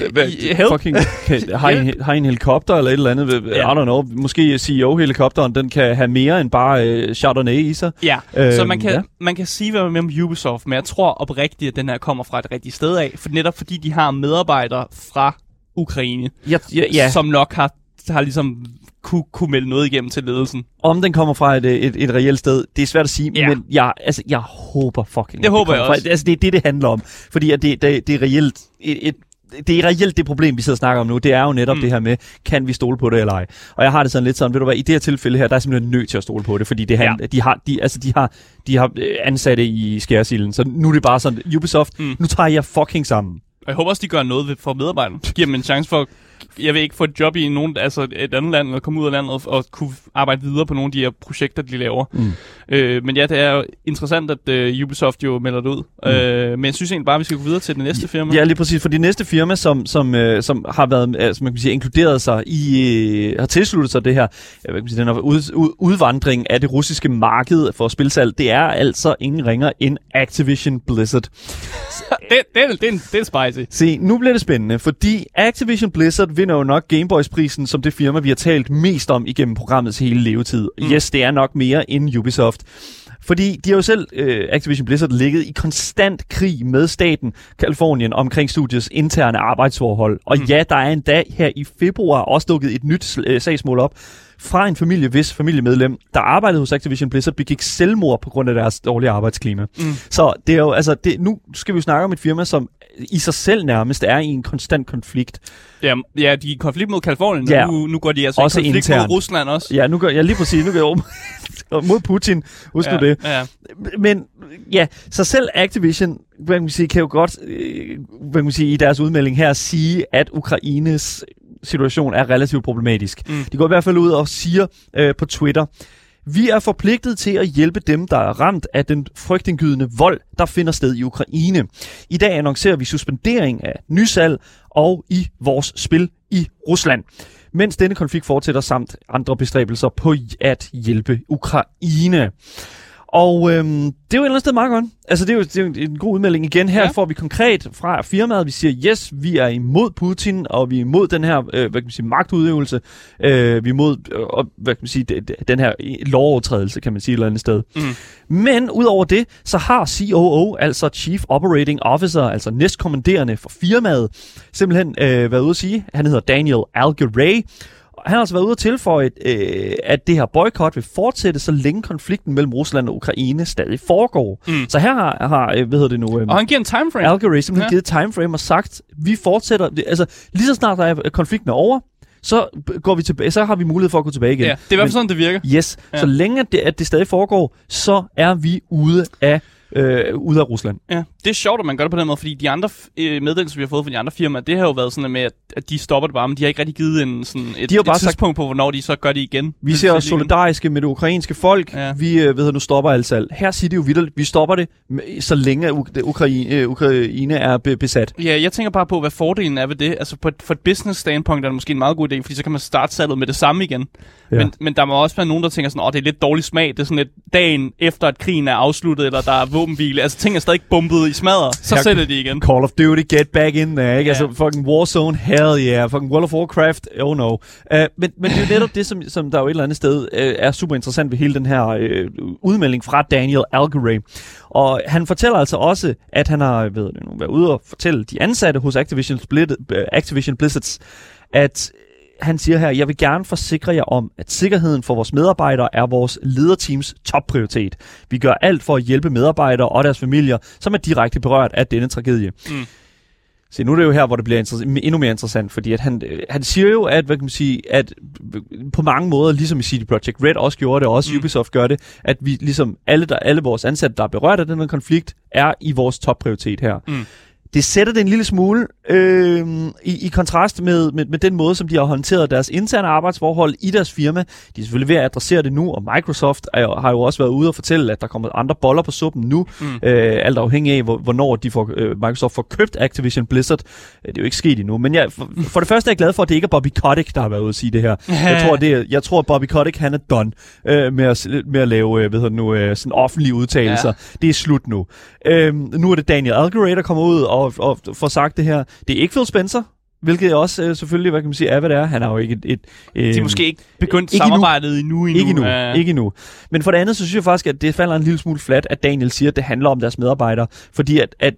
Har I en helikopter eller et eller andet? I don't know. Måske CEO-helikopteren, den kan have mere end bare Chardonnay i sig. Ja, så man kan sige, hvad man med om Ubisoft, men jeg tror oprigtigt, at den her kommer fra et rigtigt sted af. For netop fordi de har medarbejdere fra Ukraine, som nok har ligesom kunne melde noget igennem til ledelsen. Om den kommer fra et reelt sted, det er svært at sige, men jeg håber fucking... Det håber jeg også. Altså, det er det handler om. Fordi at det er reelt det er reelt det problem, vi sidder og snakker om nu. Det er jo netop det her med, kan vi stole på det eller ej? Og jeg har det sådan lidt sådan, ved du hvad, i det her tilfælde her, der er simpelthen nødt til at stole på det, fordi de har ansatte i skærsilden. Så nu er det bare sådan, Ubisoft, nu tager jeg fucking sammen. Og jeg håber også, de gør noget for medarbejderne. Giver dem en chance for, jeg vil ikke få et job i et andet land, eller komme ud af landet og kunne arbejde videre på nogle af de her projekter, de laver. Men ja, det er jo interessant, at Ubisoft jo melder det ud. Men jeg synes egentlig bare, at vi skal gå videre til det næste firma. Ja, lige præcis. For det næste firma, som har været, som man kan sige, inkluderet sig i, har tilsluttet sig det her, den her udvandring af det russiske marked for spilsalg, det er altså ingen ringer end Activision Blizzard. Det er spicy. Se, nu bliver det spændende, fordi Activision Blizzard vinder jo nok Gameboys-prisen som det firma, vi har talt mest om igennem programmets hele levetid. Yes, det er nok mere end Ubisoft. Fordi de har jo selv, Activision Blizzard, ligget i konstant krig med staten Kalifornien omkring studiets interne arbejdsforhold. Og ja, der er en dag her i februar også dukket et nyt sagsmål op fra en familie, hvis familiemedlem, der arbejdede hos Activision Blizzard, begik selvmord på grund af deres dårlige arbejdsklima. Så det er jo, altså, nu skal vi jo snakke om et firma, som i sig selv nærmest er i en konstant konflikt. Ja, de er i konflikt mod Kalifornien, og nu går de altså også i konflikt mod Rusland også. Ja, nu går jeg lige præcis, nu går jeg mod Putin, husk nu det. Ja. Men ja, så selv Activision, kan jo godt i deres udmelding her sige, at Ukraines situation er relativt problematisk. De går i hvert fald ud og siger på Twitter, Vi er forpligtet til at hjælpe dem, der er ramt af den frygtindgydende vold, der finder sted i Ukraine. I dag annoncerer vi suspendering af nysalg og i vores spil i Rusland, mens denne konflikt fortsætter samt andre bestræbelser på at hjælpe Ukraine. Og det er jo et eller andet sted meget godt. Altså, det er jo en god udmelding igen. Her får vi konkret fra firmaet, vi siger, yes, vi er imod Putin, og vi er imod den her magtudøvelse. Vi er imod den her lovovertrædelse, kan man sige et eller andet sted. Men udover det, så har COO, altså Chief Operating Officer, altså næstkommanderende for firmaet, simpelthen været ude at sige, han hedder Daniel Algeray. Han har altså været ude at tilføje, at det her boykot vil fortsætte, så længe konflikten mellem Rusland og Ukraine stadig foregår. Så her har hvad hedder det nu? Og han giver en timeframe. Algeray simpelthen givet timeframe og sagt, vi fortsætter, altså lige så snart der er konflikten er over, så går vi tilbage, så har vi mulighed for at gå tilbage igen. Ja, det er i hvert fald sådan, det virker. Yes, så længe at det stadig foregår, så er vi ude af Rusland. Ja, det er sjovt, at man gør det på den måde, fordi de andre meddelelser, vi har fået fra de andre firmaer, det har jo været sådan med, at de stopper det bare, men de har ikke rigtig givet et tidspunkt på, hvornår de så gør det igen. Vi ser os solidariske med det ukrainske folk. Ja. Vi nu stopper alt salg. Her siger de jo vitterligt, vi stopper det, så længe Ukraine er besat. Ja, jeg tænker bare på, hvad fordelen er ved det. Altså for et business standpoint er det måske en meget god idé, fordi så kan man starte salget med det samme igen. Ja. Men der må også være nogen, der tænker sådan, det er lidt dårlig smag. Det er sådan lidt dagen efter, at krigen er afsluttet, eller der er våbenhvile. Altså ting er stadig bumpet i smadret, så sætter de igen. Call of Duty, get back in there, ikke? Altså fucking Warzone, hell yeah. Fucking World of Warcraft, oh no. Men det er jo netop det, som der jo et eller andet sted er super interessant ved hele den her udmelding fra Daniel Algeray. Og han fortæller altså også, at han har været ude og fortælle de ansatte hos Activision Blizzard, at han siger her, jeg vil gerne forsikre jer om, at sikkerheden for vores medarbejdere er vores lederteams topprioritet. Vi gør alt for at hjælpe medarbejdere og deres familier, som er direkte berørt af denne tragedie. Så nu er det jo her, hvor det bliver endnu mere interessant, fordi at han siger jo, at, at på mange måder, ligesom i CD Projekt Red også gjorde det, og også Ubisoft gør det, at vi ligesom alle vores ansatte, der er berørt af den her konflikt, er i vores topprioritet her. Det sætter det en lille smule i kontrast med den måde, som de har håndteret deres interne arbejdsforhold i deres firma. De er selvfølgelig ved at adressere det nu, og Microsoft har jo også været ude og fortælle, at der kommer andre boller på suppen nu, alt afhængig af, hvornår Microsoft får købt Activision Blizzard. Det er jo ikke sket endnu, men for det første er jeg glad for, at det ikke er Bobby Kotick, der har været ude at sige det her. Jeg tror, at Bobby Kotick, han er done med at lave sådan offentlige udtalelser. Ja. Det er slut nu. Nu er det Daniel Algeray, der kommer ud og får sagt det her. Det er ikke Phil Spencer, hvilket også selvfølgelig, er, hvad det er. Han har jo ikke de er måske ikke begyndt samarbejdet endnu. Ikke endnu. Men for det andet, så synes jeg faktisk, at det falder en lille smule flat, at Daniel siger, at det handler om deres medarbejdere, fordi at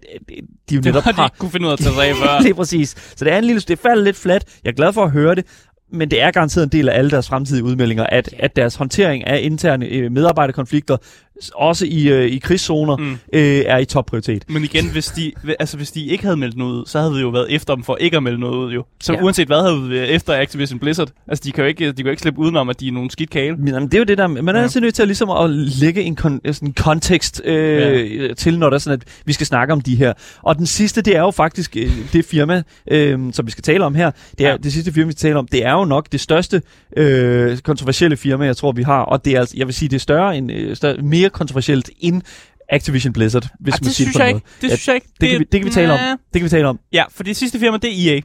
de jo netop har... de ikke kunne finde ud af at tage sig af før. Det er præcis. Så det falder lidt flat. Jeg er glad for at høre det. Men det er garanteret en del af alle deres fremtidige udmeldinger, at deres håndtering af interne medarbejderkonflikter, også i krigszoner, er i topprioritet. Men igen, hvis de ikke havde meldt noget ud, så havde vi jo været efter dem for ikke at melde noget ud, jo. Så uanset hvad havde vi efter Activision Blizzard. Altså, de kan jo ikke slippe udenom, at de er nogle skidt kale. Men det er jo det der, man er altså nødt til at lægge en kontekst til, når der er sådan, at vi skal snakke om de her. Og den sidste, det er jo faktisk det firma, som vi skal tale om her. Det sidste firma, vi skal tale om, det er jo nok det største kontroversielle firma, jeg tror, vi har. Og det er altså, jeg vil sige, det er større end mere kontroversielt end Activision Blizzard, hvis man siger det på noget. Det synes jeg ikke. Det kan vi tale om. Det kan vi tale om. Ja, for det sidste firma, det er EA.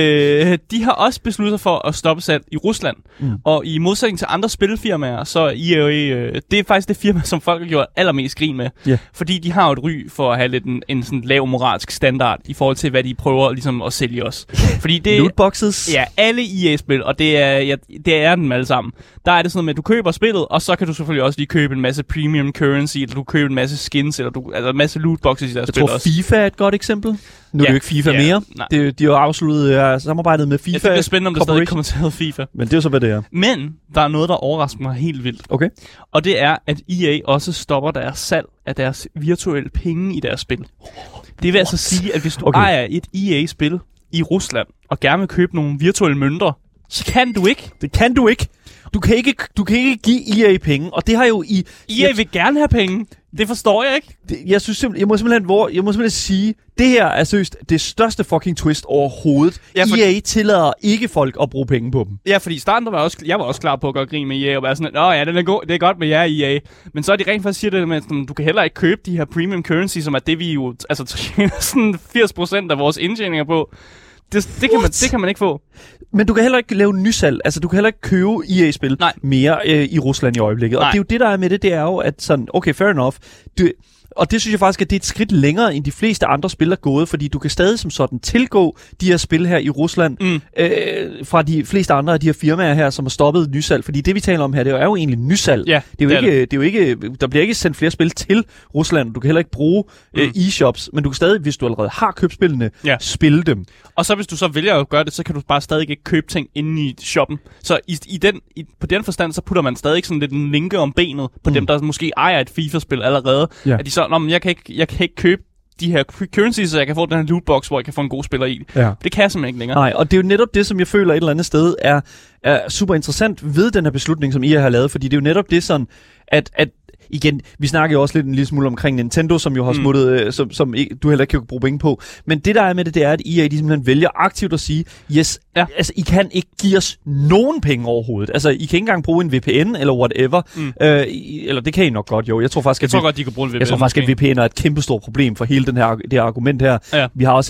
De har også besluttet sig for at stoppe salg i Rusland. Og i modsætning til andre spilfirmaer, så EA, det er faktisk det firma, som folk har gjort allermest grin med. Yeah. Fordi de har jo et ry for at have lidt en sådan lav moralsk standard i forhold til, hvad de prøver ligesom at sælge os. Fordi det lootboxes. Ja, alle EA-spil, og det er dem alle sammen. Der er det sådan med, at du køber spillet, og så kan du selvfølgelig også lige købe en masse premium currency, eller du køber en masse skins, eller en masse lootboxes i deres spil også. Jeg tror, FIFA er et godt eksempel. Nu er det jo ikke FIFA mere. De har jo afsluttet samarbejdet med FIFA. Ja, det bliver spændende, om det stadig kommer til at hedde FIFA. Men det er jo så, hvad det er. Men der er noget, der overrasker mig helt vildt. Okay. Og det er, at EA også stopper deres salg af deres virtuelle penge i deres spil. Det vil altså sige, at hvis du ejer et EA-spil i Rusland, og gerne vil købe nogle virtuelle mønter, så kan du ikke. Det kan du ikke. Du kan ikke give EA penge, og det har jo EA vil gerne have penge. Det forstår jeg ikke. Jeg må simpelthen sige, det her er seriøst det største fucking twist overhovedet. Ja, EA tillader ikke folk at bruge penge på dem. Ja, fordi i starten jeg var også klar på at gøre grin med EA og være sådan, ja, den er god, det er godt med jer, EA. Men så er de rent faktisk siger det med, at du kan heller ikke købe de her premium currency, som er det, vi jo tjener sådan 80% af vores indtjeninger på. Det kan man ikke få. Men du kan heller ikke lave nysalg. Altså, du kan heller ikke købe EA-spil mere i Rusland i øjeblikket. Nej. Og det er jo det, der er med det er jo, at sådan, okay, fair enough. Og det synes jeg faktisk, at det er et skridt længere, end de fleste andre spil er gået, fordi du kan stadig som sådan tilgå de her spil her i Rusland fra de fleste andre af de her firmaer her, som har stoppet nysalg. Fordi det, vi taler om her, det er jo egentlig nysalg. Ja, det er jo ikke, der bliver ikke sendt flere spil til Rusland. Du kan heller ikke bruge e-shops, men du kan stadig, hvis du allerede har købt spillene, spille dem. Og så hvis du så vælger at gøre det, så kan du bare stadig ikke købe ting inde i shoppen. Så på den forstand, så putter man stadig sådan lidt en linke om benet på dem, der måske ejer et FIFA-spil allerede. Ja. At de så, men jeg kan ikke købe de her currencies, så jeg kan få den her lootbox, hvor jeg kan få en god spiller i. Ja. Det kan jeg simpelthen ikke længere. Nej, og det er jo netop det, som jeg føler et eller andet sted er super interessant ved den her beslutning, som IA har lavet, fordi det er jo netop det sådan, at igen, vi snakker jo også lidt en lille smule omkring Nintendo, som jo har smuttet, som du heller ikke kan bruge penge på. Men det, der er med det, det er, at EA de simpelthen vælger aktivt at sige, altså, I kan ikke give os nogen penge overhovedet. Altså, I kan ikke engang bruge en VPN eller whatever. Eller det kan I nok godt, jo. Jeg tror faktisk, godt, de kan bruge en VPN. Jeg tror faktisk, at VPN er et kæmpestort problem for hele det her argument her. Ja. Vi har også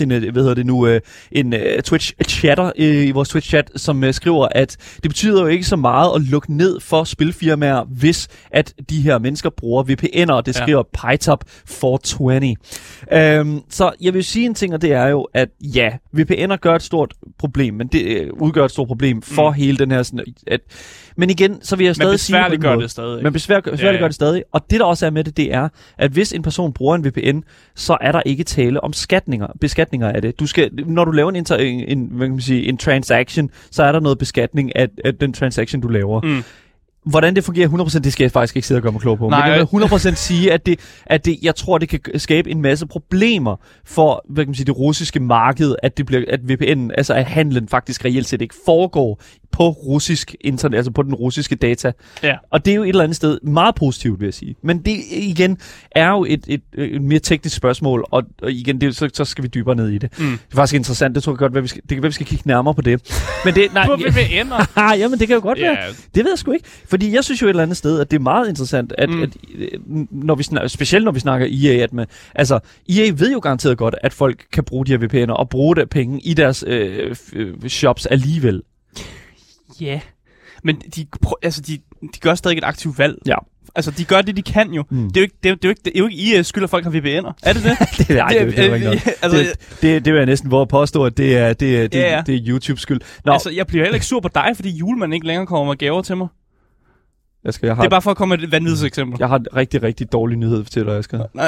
en Twitch-chatter i vores Twitch-chat, som skriver, at det betyder jo ikke så meget at lukke ned for spilfirmaer, hvis at de her mennesker bruger VPN'er, og det skriver PyTop 420. Så jeg vil sige en ting, og det er jo, at ja, VPN'er gør et stort problem, men det udgør et stort problem for hele den her sådan, men igen, så vil jeg stadig sige på den måde. Det stadig. Men besværliggør det stadig. Og det, der også er med det, det er, at hvis en person bruger en VPN, så er der ikke tale om beskatninger af det. Du skal, når du laver en transaction, så er der noget beskatning af den transaction, du laver. Hvordan det fungerer 100%, det skal jeg faktisk ikke sidde og gøre mig klog på. Nej, men jeg vil 100% sige, at jeg tror, det kan skabe en masse problemer for det russiske marked, at VPN, altså at handlen faktisk reelt set ikke foregår på russisk internet, altså på den russiske data. Ja. Og det er jo et eller andet sted meget positivt, vil jeg sige. Men det igen er jo et mere teknisk spørgsmål, og igen, så skal vi dybere ned i det. Det er faktisk interessant, det tror jeg godt, det kan være, vi skal kigge nærmere på det. Men det, nej, på VPN'er? Jamen, det kan jo godt være. Det ved jeg sgu ikke. Fordi jeg synes jo et eller andet sted, at det er meget interessant, at når vi specielt når vi snakker EA, EA ved jo garanteret godt, at folk kan bruge de her VPN'er og bruge der penge i deres shops alligevel. Ja, yeah. Men de gør stadig et aktivt valg. Ja. Altså, de gør det, de kan jo. Det er jo ikke EA's skyld, at folk har VPN'er. Er det det? Det vil jeg næsten våge at påstå, at det er YouTubes skyld. Nå. Altså, jeg bliver heller ikke sur på dig, fordi julemanden ikke længere kommer med gaver til mig. Det er bare for at komme med et vanvidseksempel. Jeg har et rigtig, rigtig dårlig nyhed til dig, Asger. Nej.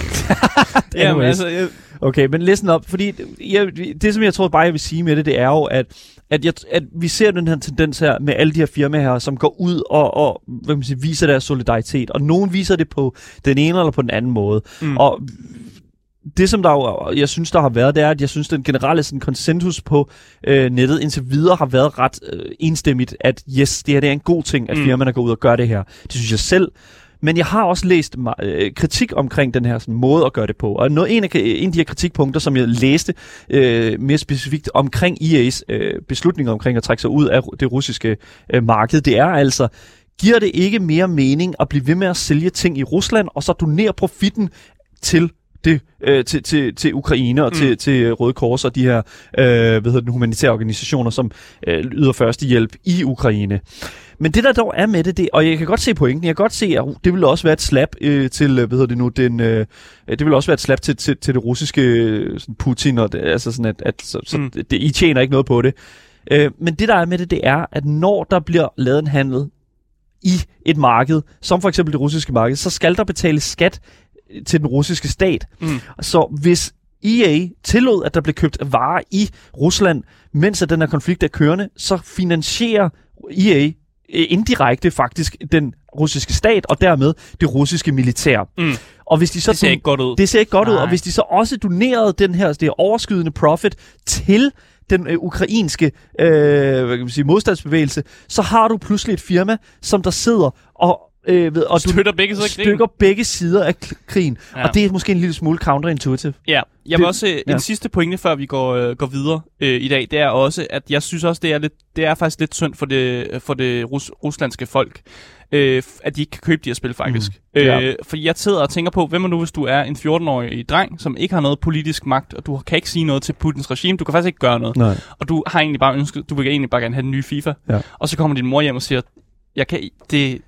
Okay, men listen op, fordi det, som jeg tror bare, jeg vil sige med det er jo, at vi ser den her tendens her med alle de her firmaer her, som går ud og viser deres solidaritet, og nogen viser det på den ene eller på den anden måde. Og det, som jeg synes, der har været, det er, at jeg synes, den generelle sådan, konsensus på nettet indtil videre har været ret enstemmigt, at yes, det her det er en god ting, at firmaerne går ud og gør det her. Det synes jeg selv. Men jeg har også læst kritik omkring den her sådan, måde at gøre det på. Og en af de her kritikpunkter, som jeg læste mere specifikt omkring EA's beslutninger omkring at trække sig ud af det russiske marked, det er altså, giver det ikke mere mening at blive ved med at sælge ting i Rusland, og så donere profitten til til Ukraine og til Røde Kors og de her humanitære organisationer, som yder førstehjælp i Ukraine. Men det der dog er med det, og jeg kan godt se pointen, jeg kan godt se, at det vil også være et slap til, det vil også være et slap til det russiske sådan Putin, og det, altså sådan I tjener ikke noget på det. Men det der er med det er, at når der bliver lavet en handel i et marked, som for eksempel det russiske marked, så skal der betales skat til den russiske stat. Så hvis EA tillod, at der blev købt varer i Rusland, mens at den her konflikt er kørende, så finansierer EA indirekte faktisk den russiske stat, og dermed det russiske militær. Og hvis de så det ser ikke godt ud. Det ser ikke godt ud, og hvis de så også donerede det her overskydende profit til den ukrainske modstandsbevægelse, så har du pludselig et firma, som der sidder og Og støtter begge sider af krigen. Ja. Og det er måske en lille smule counterintuitive. Ja, jeg vil også en sidste pointe, før vi går videre i dag, det er også, at jeg synes også, det er faktisk lidt synd for det ruslandske folk, at de ikke kan købe de her spil, faktisk. Fordi jeg sidder og tænker på, hvem er nu, hvis du er en 14-årig dreng, som ikke har noget politisk magt, og du kan ikke sige noget til Putins regime, du kan faktisk ikke gøre noget. Nej. Og du har egentlig bare ønsket, du vil egentlig bare gerne have den nye FIFA. Ja. Og så kommer din mor hjem og siger, jeg kan ikke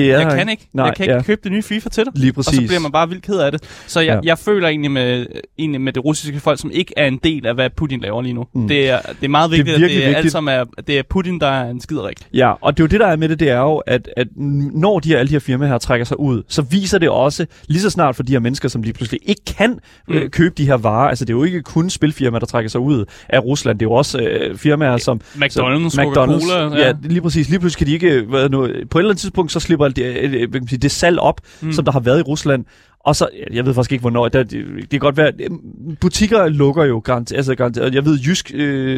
købe det nye FIFA til dig. Lige præcis. Og så bliver man bare vildt ked af det. Så jeg føler egentlig med det russiske folk, som ikke er en del af, hvad Putin laver lige nu. Det er meget vigtigt, at det er Putin, der er en skiderik. Ja, og det er jo det, der er med det er jo, at når alle de her firmaer her trækker sig ud, så viser det også, lige så snart for de her mennesker, som lige pludselig ikke kan købe de her varer. Altså, det er jo ikke kun spilfirmaer, der trækker sig ud af Rusland. Det er jo også firmaer som McDonald's, Coca-Cola. Ja, lige præcis. Lige pludselig kan de ikke på et eller andet tidspunkt, så slipper det salg op, som der har været i Rusland. Og så, jeg ved faktisk ikke, hvornår. Det kan godt være, butikker lukker jo garanteret. Jeg ved, Jysk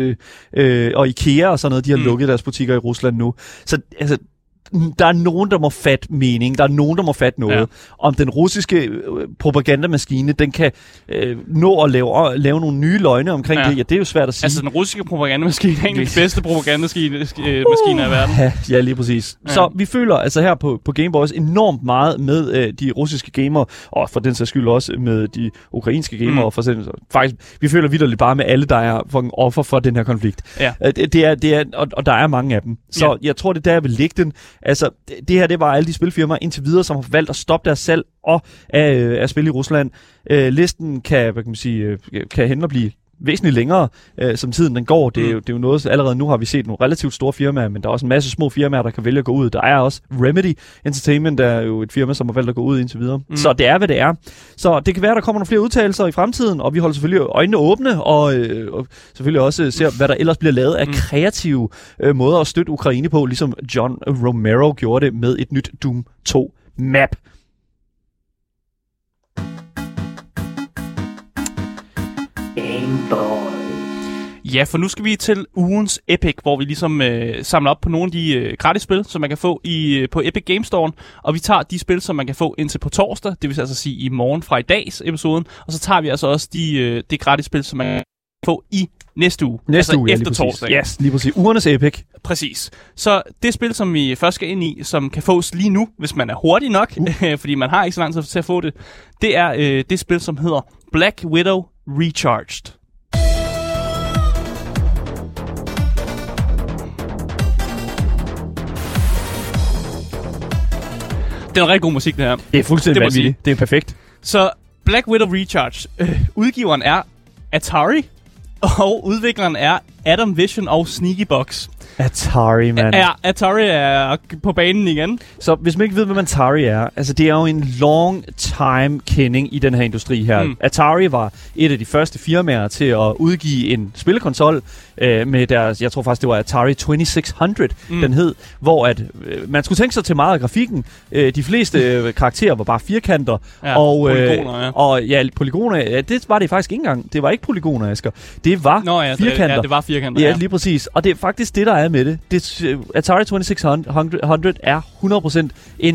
og IKEA og sådan noget, de har lukket deres butikker i Rusland nu. Så altså, der er nogen, der må fatte mening. Der er nogen, der må fatte noget. Ja. Om den russiske propagandamaskine, den kan nå at lave nogle nye løgne omkring det. Ja, det er jo svært at sige. Altså, den russiske propagandamaskine er egentlig den bedste propagandamaskine af verden. Ja, lige præcis. Ja. Så vi føler altså her på Game Boys enormt meget med de russiske gamere, og for den sags skyld også med de ukrainske gamere. Faktisk, vi føler vitterligt bare med alle, der er offer for den her konflikt. Ja. Og der er mange af dem. Så jeg tror, det er der, jeg vil lægge den. Altså, det her, det var alle de spilfirmaer indtil videre, som har valgt at stoppe deres salg af spil i Rusland. Listen kan hen og blive væsentligt længere, som tiden den går. Det er jo noget, allerede nu har vi set nogle relativt store firmaer, men der er også en masse små firmaer, der kan vælge at gå ud. Der er også Remedy Entertainment, der er jo et firma, som har valgt at gå ud indtil videre. Så det er, hvad det er. Så det kan være, der kommer nogle flere udtalelser i fremtiden, og vi holder selvfølgelig øjnene åbne, og selvfølgelig også ser, hvad der ellers bliver lavet af kreative måder at støtte Ukraine på, ligesom John Romero gjorde det med et nyt Doom 2 map. Ja, for nu skal vi til ugens Epic, hvor vi ligesom samler op på nogle af de gratisspil, som man kan få på Epic Games Store. Og vi tager de spil, som man kan få indtil på torsdag, det vil altså sige i morgen fra i dags episoden. Og så tager vi altså også de gratisspil, som man kan få i næste uge. Efter torsdag. Yes, lige præcis. Ugernes Epic. Præcis. Så det spil, som vi først skal ind i, som kan fås lige nu, hvis man er hurtig nok, fordi man har ikke så lang tid til at få det, det er det spil, som hedder Black Widow Recharged. Det er en rigtig god musik, det her. Det er fuldstændig vanvittigt. Det er perfekt. Så Black Widow Recharged. Udgiveren er Atari, og udvikleren er Adam Vision og Sneaky Box. Atari, mand. Ja, Atari er på banen igen. Så hvis man ikke ved, hvad Atari er, altså det er jo en long time kending i den her industri her. Atari var et af de første firmaer til at udgive en spillekonsol med deres, jeg tror faktisk det var Atari 2600, den hed, hvor at man skulle tænke sig til meget af grafikken. De fleste karakterer var bare firkanter. Ja, og polygoner, ja. Og polygoner, det var det faktisk ikke engang. Det var ikke polygoner, Asger. Det var firkanter. Det var firkanter, ja. Lige præcis. Og det er faktisk det, der er med det. Atari 2600 er 100%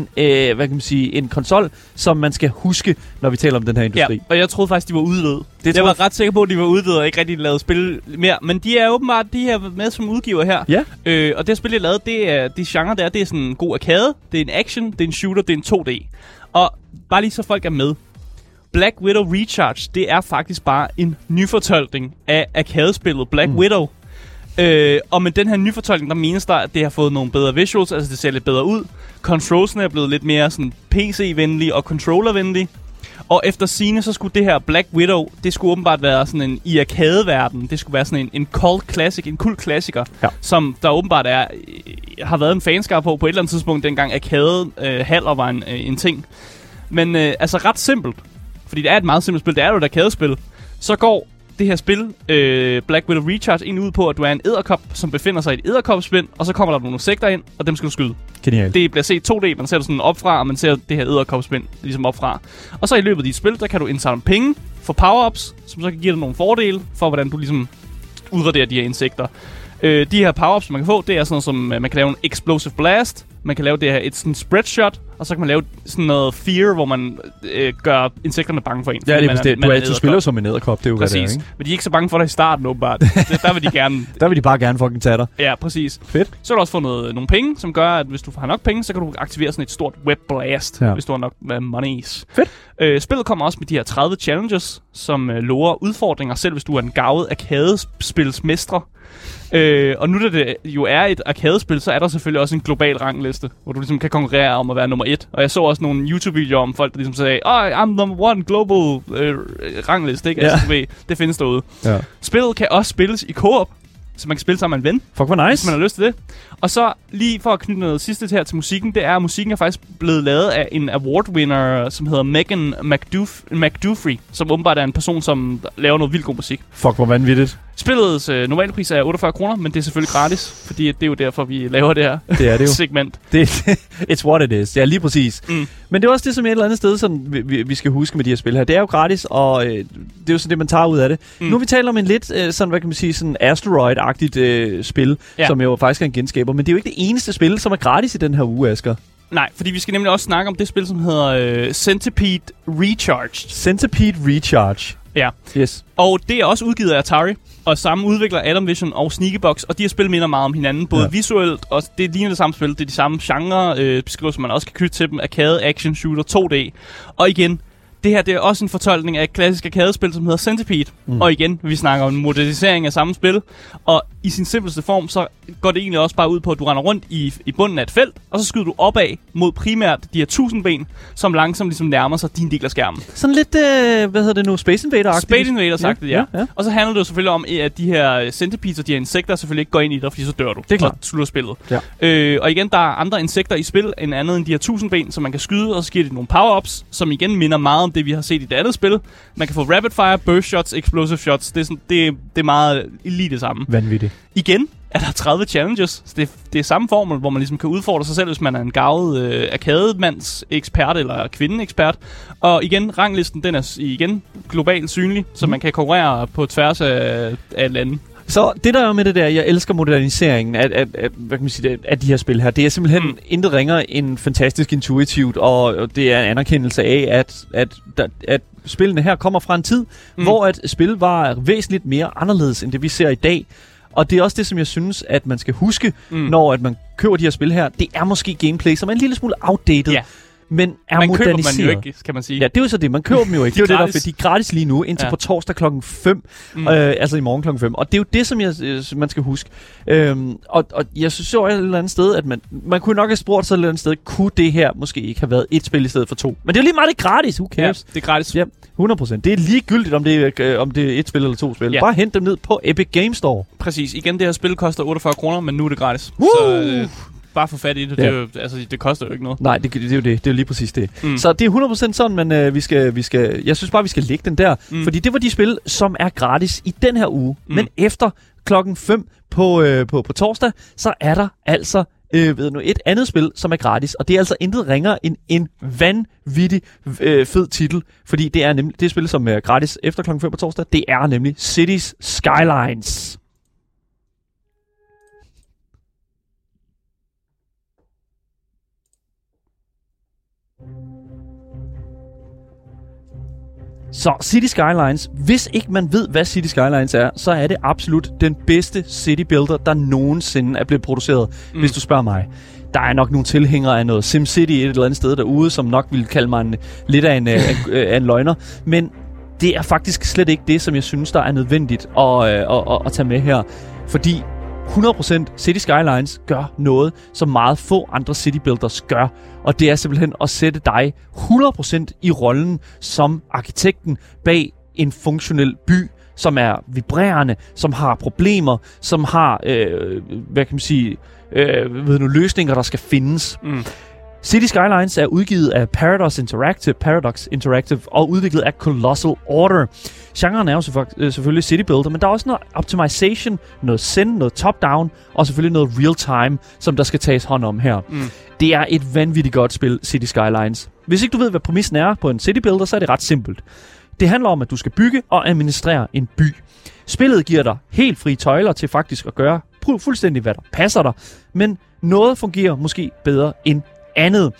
en konsol, som man skal huske, når vi taler om den her industri. Ja, og jeg troede faktisk, de var udledet. Jeg var ret sikker på, at de var udledet og ikke rigtig lavet spil mere. Men de er åbenbart de her med som udgiver her. Ja. Og det spil, jeg lavede, det er de genre, der er. Det er sådan en god arcade, det er en action, det er en shooter, det er en 2D. Og bare lige så folk er med. Black Widow Recharge, det er faktisk bare en nyfortolkning af arcade-spillet Black Widow. Og med den her nyfortolkning, der menes der, at det har fået nogle bedre visuals, altså det ser lidt bedre ud. Controlsene er blevet lidt mere sådan PC-venlige og controller-venlige. Og efter sigende, så skulle det her Black Widow, det skulle åbenbart være sådan en i arcade-verden. Det skulle være sådan en cult classic, en kult klassiker, som der åbenbart har været en fanskare på et eller andet tidspunkt, dengang arcade-haller var en ting. Men altså ret simpelt, fordi det er et meget simpelt spil, det er jo et arcade-spil. Så går det her spil, Black Widow Recharge, ind ud på, at du er en edderkop, som befinder sig i et edderkopspind, og så kommer der nogle insekter ind, og dem skal du skyde. Genialt. Det bliver set 2D, man ser det sådan opfra, og man ser det her edderkopspind ligesom opfra. Og så i løbet af dit spil, der kan du indsamle penge for power-ups, som så kan give dig nogle fordele for, hvordan du ligesom udraderer de her insekter. De her power-ups, man kan få, det er sådan noget som, man kan lave en explosive blast, man kan lave det her et sådan spreadshot, og så kan man lave sådan noget fear, hvor man gør insekterne bange for en. Ja, det er du spiller som en edderkop, det er jo præcis. Hvad det er, ikke? Men de er ikke så bange for dig i starten, åbenbart. Der vil de gerne... Der vil de bare gerne fucking tage dig. Ja, præcis. Fedt. Så vil du også få nogle penge, som gør, at hvis du har nok penge, så kan du aktivere sådan et stort webblast, hvis du har nok monies. Fedt. Spillet kommer også med de her 30 challenges, som lover udfordringer, selv hvis du er en garvet arcade-spilsmestre. Og nu da det jo er et arcade-spil, så er der selvfølgelig også en global rangliste, hvor du ligesom kan konkurrere om at være nummer 1. Og jeg så også nogle YouTube-videoer om folk, der ligesom sagde, I'm number one global rangliste, ikke? Ja. Altså, det findes derude. Ja. Spillet kan også spilles i co-op, så man kan spille sammen med en ven. Fuck, hvor nice. Hvis man har lyst til det. Og så lige for at knytte noget sidste her til musikken, det er, at musikken er faktisk blevet lavet af en award-winner, som hedder Megan McDuffrey, som åbenbart er en person, som laver noget vildt god musik. Fuck, hvor vanvittigt. Spillets normale pris er 48 kroner, men det er selvfølgelig gratis, fordi det er jo derfor, vi laver det her det er det jo. segment. It's what it is. Ja, lige præcis. Men det er også det, som et eller andet sted, sådan, vi skal huske med de her spil her. Det er jo gratis, og det er jo sådan det, man tager ud af det. Nu vi taler om en lidt, sådan, hvad kan man sige, sådan Asteroid-agtigt spil, som jo faktisk er en genskaber. Men det er jo ikke det eneste spil, som er gratis i den her uge, Asger. Nej, fordi vi skal nemlig også snakke om det spil, som hedder Centipede Recharged. Centipede Recharge. Ja. Yes. Og det er også udgivet af Atari, og samme udvikler Atom Vision og Sneakybox, og de her spil minder meget om hinanden, både visuelt, og det ligner det samme spil, det er de samme genre-beskrivelser, man også kan knytte til dem, arcade, action, shooter, 2D. Og igen, det her det er også en fortolkning af et klassisk arcade-spil, som hedder Centipede. Og igen, vi snakker om en modernisering af samme spil. Og i sin simpelste form, så går det egentlig også bare ud på, at du render rundt i bunden af et felt, og så skyder du opad mod primært de her 1000 ben, som langsomt ligesom nærmer sig din del af skærmen. Sådan lidt, hvad hedder det nu, Space Invader-agtigt? Space Invader-agtigt, ja. Og så handler det jo selvfølgelig om, at de her centipedes og de her insekter selvfølgelig ikke går ind i dig, fordi så dør du. Det er klart. Og slutter spillet. Ja. Og igen, der er andre insekter i spil, end andet end de her 1000 ben, som man kan skyde, og så giver det nogle power-ups, som igen minder meget om det, vi har set i det andet spil. Man kan få rapid fire, burst shots, explosive shots. Det er, sådan, det er meget lige det samme. Vanvittigt. Igen er der 30 challenges. Så det er samme formel, hvor man ligesom kan udfordre sig selv, hvis man er en garvet arcade-mands ekspert eller kvinde-ekspert. Og igen, ranglisten den er igen globalt synlig, så man kan konkurrere på tværs af lande. Så det der er med det der, jeg elsker moderniseringen af hvad kan man sige, af de her spil her. Det er simpelthen intet ringer end fantastisk intuitivt, og det er en anerkendelse af, at spillene her kommer fra en tid, hvor at spil var væsentligt mere anderledes, end det vi ser i dag. Og det er også det, som jeg synes, at man skal huske, når at man køber de her spil her. Det er måske gameplay, som er en lille smule outdated. Yeah. Men er man moderniseret. Køber man jo ikke, kan man sige. Ja, det er jo så det. Man køber dem jo ikke. Det er jo det, der, de er gratis lige nu, indtil på torsdag klokken 5. Altså i morgen klokken 5. Og det er jo det, som man skal huske. Og jeg synes jo et eller andet sted, at man kunne nok have spurgt sig et eller andet sted, kunne det her måske ikke have været et spil i stedet for 2? Men det er jo lige meget, det er gratis. Who cares? Ja, det er gratis. Ja, 100%. Det er ligegyldigt, om det er et spil eller 2 spil. Ja. Bare hent dem ned på Epic Games Store. Præcis. Igen, det her spil koster 48 kroner, men nu er det gratis. Så bare få fat i det. Ja. Det koster jo ikke noget. Nej, det er jo det. Det er jo lige præcis det. Så det er 100% sådan, men vi skal, jeg synes bare, vi skal lægge den der. Fordi det var de spil, som er gratis i den her uge. Men efter klokken 5 på torsdag, så er der altså et andet spil, som er gratis. Og det er altså intet ringere end en vanvittig fed titel. Fordi det er nemlig det spil, som er gratis efter klokken 5 på torsdag. Det er nemlig Cities Skylines. Så City Skylines, hvis ikke man ved, hvad City Skylines er, så er det absolut den bedste city builder, der nogensinde er blevet produceret, hvis du spørger mig. Der er nok nogle tilhængere af noget SimCity et eller andet sted derude, som nok ville kalde mig lidt af en løgner. Men det er faktisk slet ikke det, som jeg synes, der er nødvendigt at tage med her. Fordi 100% City Skylines gør noget, som meget få andre city builders gør. Og det er simpelthen at sætte dig 100% i rollen som arkitekten bag en funktionel by, som er vibrerende, som har problemer, som har, hvad kan man sige, løsninger, der skal findes. City Skylines er udgivet af Paradox Interactive og udviklet af Colossal Order. Genren er jo selvfølgelig city builder, men der er også noget optimization, noget zen, noget top-down og selvfølgelig noget real-time, som der skal tages hånd om her. Det er et vanvittigt godt spil, City Skylines. Hvis ikke du ved, hvad præmissen er på en city builder, så er det ret simpelt. Det handler om, at du skal bygge og administrere en by. Spillet giver dig helt frie tøjler til faktisk at gøre fuldstændig, hvad der passer dig, men noget fungerer måske bedre end andet.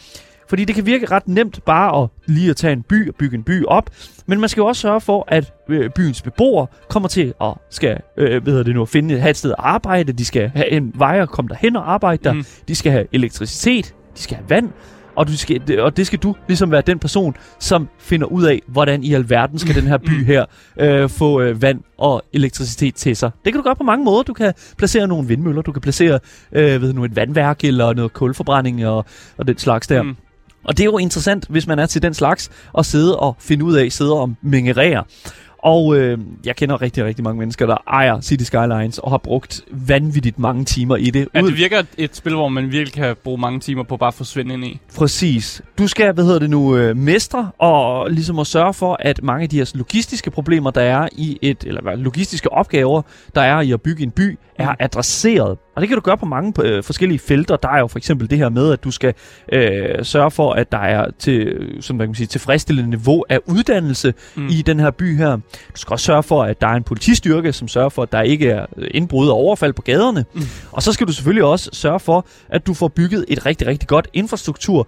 Fordi det kan virke ret nemt bare at tage en by og bygge en by op. Men man skal jo også sørge for, at byens beboere kommer til at have et sted at arbejde. De skal have en vej at komme derhen og arbejde der. De skal have elektricitet. De skal have vand. Og det skal du ligesom være den person, som finder ud af, hvordan i alverden skal den her by her få vand og elektricitet til sig. Det kan du gøre på mange måder. Du kan placere nogle vindmøller, du kan placere et vandværk eller noget kulforbrænding og den slags der. Og det er jo interessant, hvis man er til den slags, at sidde og finde ud af, sidde og mingerere. Og jeg kender rigtig, rigtig mange mennesker, der ejer City Skylines og har brugt vanvittigt mange timer i det. Ja, det virker et spil, hvor man virkelig kan bruge mange timer på bare at forsvinde ind i. Præcis. Du skal, mestre og ligesom at sørge for, at mange af de her logistiske problemer, der er i logistiske opgaver, der er i at bygge en by, er adresseret. Og det kan du gøre på mange forskellige felter. Der er jo for eksempel det her med, at du skal sørge for, at der er tilfredsstillende niveau af uddannelse i den her by her. Du skal også sørge for, at der er en politistyrke, som sørger for, at der ikke er indbrud og overfald på gaderne. Og så skal du selvfølgelig også sørge for, at du får bygget et rigtig, rigtig godt infrastruktur.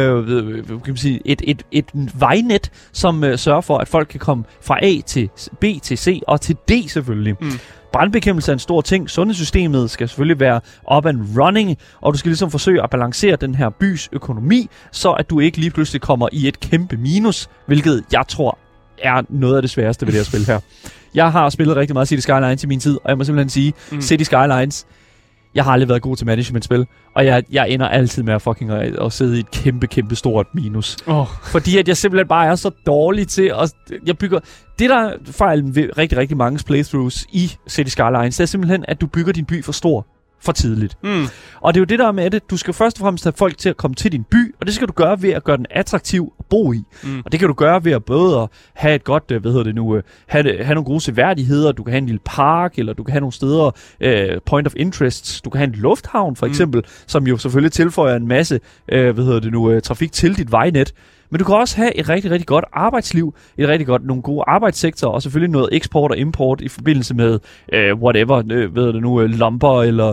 Et vejnet, som sørger for, at folk kan komme fra A til B til C og til D selvfølgelig. Brandbekæmpelse er en stor ting. Sundhedssystemet skal selvfølgelig være up and running, og du skal ligesom forsøge at balancere den her bys økonomi, så at du ikke lige pludselig kommer i et kæmpe minus, hvilket jeg tror er noget af det sværeste ved det her spil her. Jeg har spillet rigtig meget City Skylines i min tid, og jeg må simpelthen sige, City Skylines, jeg har aldrig været god til management-spil, og jeg ender altid med at sidde i et kæmpe, kæmpe stort minus. Fordi at jeg simpelthen bare er så dårlig til at... Det, der er fejlen ved rigtig, rigtig mange playthroughs i City Skylines, det er simpelthen, at du bygger din by for stor for tidligt. Og det er jo det der med det. Du skal først og fremmest have folk til at komme til din by, og det skal du gøre ved at gøre den attraktiv at bo i. Og det kan du gøre ved at både at have et godt, have nogle gode seværdigheder, du kan have en lille park, eller du kan have nogle steder, point of interest, du kan have en lufthavn for eksempel, som jo selvfølgelig tilføjer en masse, trafik til dit vejnet. Men du kan også have et rigtig, rigtig godt arbejdsliv, nogle gode arbejdssektorer, og selvfølgelig noget eksport og import i forbindelse med lumber eller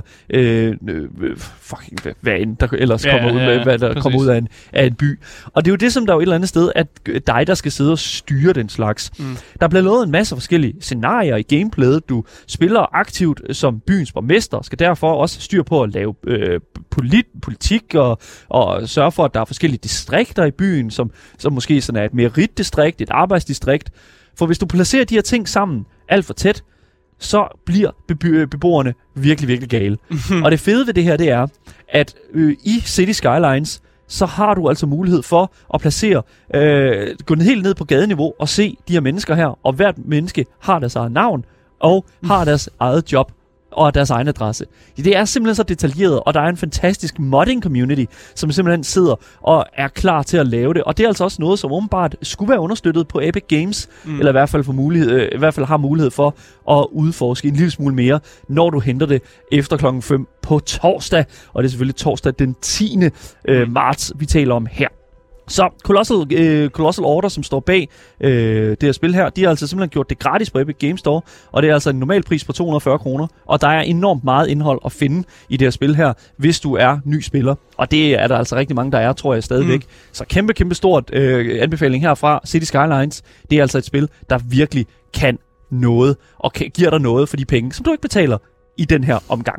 hvad end der ellers kommer ud med, hvad der kommer ud af en by. Og det er jo det, som der er jo et eller andet sted, at dig, der skal sidde og styre den slags. Der bliver lavet en masse forskellige scenarier i gameplayet. Du spiller aktivt som byens borgmester, skal derfor også styre på at lave politik og sørge for, at der er forskellige distrikter i byen, som måske sådan er et meritdistrikt, et arbejdsdistrikt. For hvis du placerer de her ting sammen alt for tæt, så bliver beboerne virkelig, virkelig gale. Og det fede ved det her, det er, at i City Skylines, så har du altså mulighed for at placere, gå helt ned på gadeniveau og se de her mennesker her, og hvert menneske har deres eget navn og har deres eget job og deres egen adresse. Det er simpelthen så detaljeret, og der er en fantastisk modding community, som simpelthen sidder og er klar til at lave det. Og det er altså også noget, som åbenbart skulle være understøttet på Epic Games, eller i hvert fald har mulighed for at udforske en lille smule mere, når du henter det efter klokken 5 på torsdag. Og det er selvfølgelig torsdag den 10. marts, vi taler om her. Så Colossal Order, som står bag det her spil her, de har altså simpelthen gjort det gratis på Epic Games Store, og det er altså en normal pris på 240 kroner, og der er enormt meget indhold at finde i det her spil her, hvis du er ny spiller, og det er der altså rigtig mange, der er, tror jeg, stadigvæk. Så kæmpe, kæmpe stort anbefaling herfra. City Skylines, det er altså et spil, der virkelig kan noget, og giver dig noget for de penge, som du ikke betaler i den her omgang.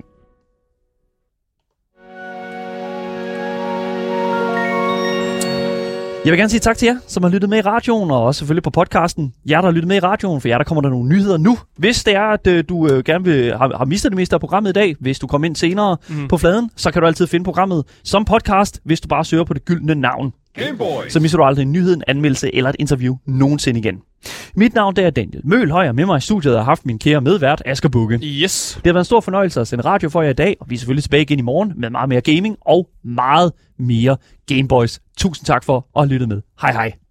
Jeg vil gerne sige tak til jer, som har lyttet med i radioen, og også selvfølgelig på podcasten. Jer, der har lyttet med i radioen, for jer, der kommer der nogle nyheder nu. Hvis det er, at du gerne har mistet det meste af programmet i dag, hvis du kommer ind senere på fladen, så kan du altid finde programmet som podcast, hvis du bare søger på det gyldne navn. Gameboys. Så misser du aldrig en nyhed, en anmeldelse eller et interview nogensinde igen. Mit navn er Daniel Møhlhøj, og med mig i studiet har haft min kære medvært, Asger Bugge. Yes. Det har været en stor fornøjelse at sende radio for jer i dag, og vi er selvfølgelig tilbage igen i morgen med meget mere gaming og meget mere Gameboys. Tusind tak for at have lyttet med. Hej hej.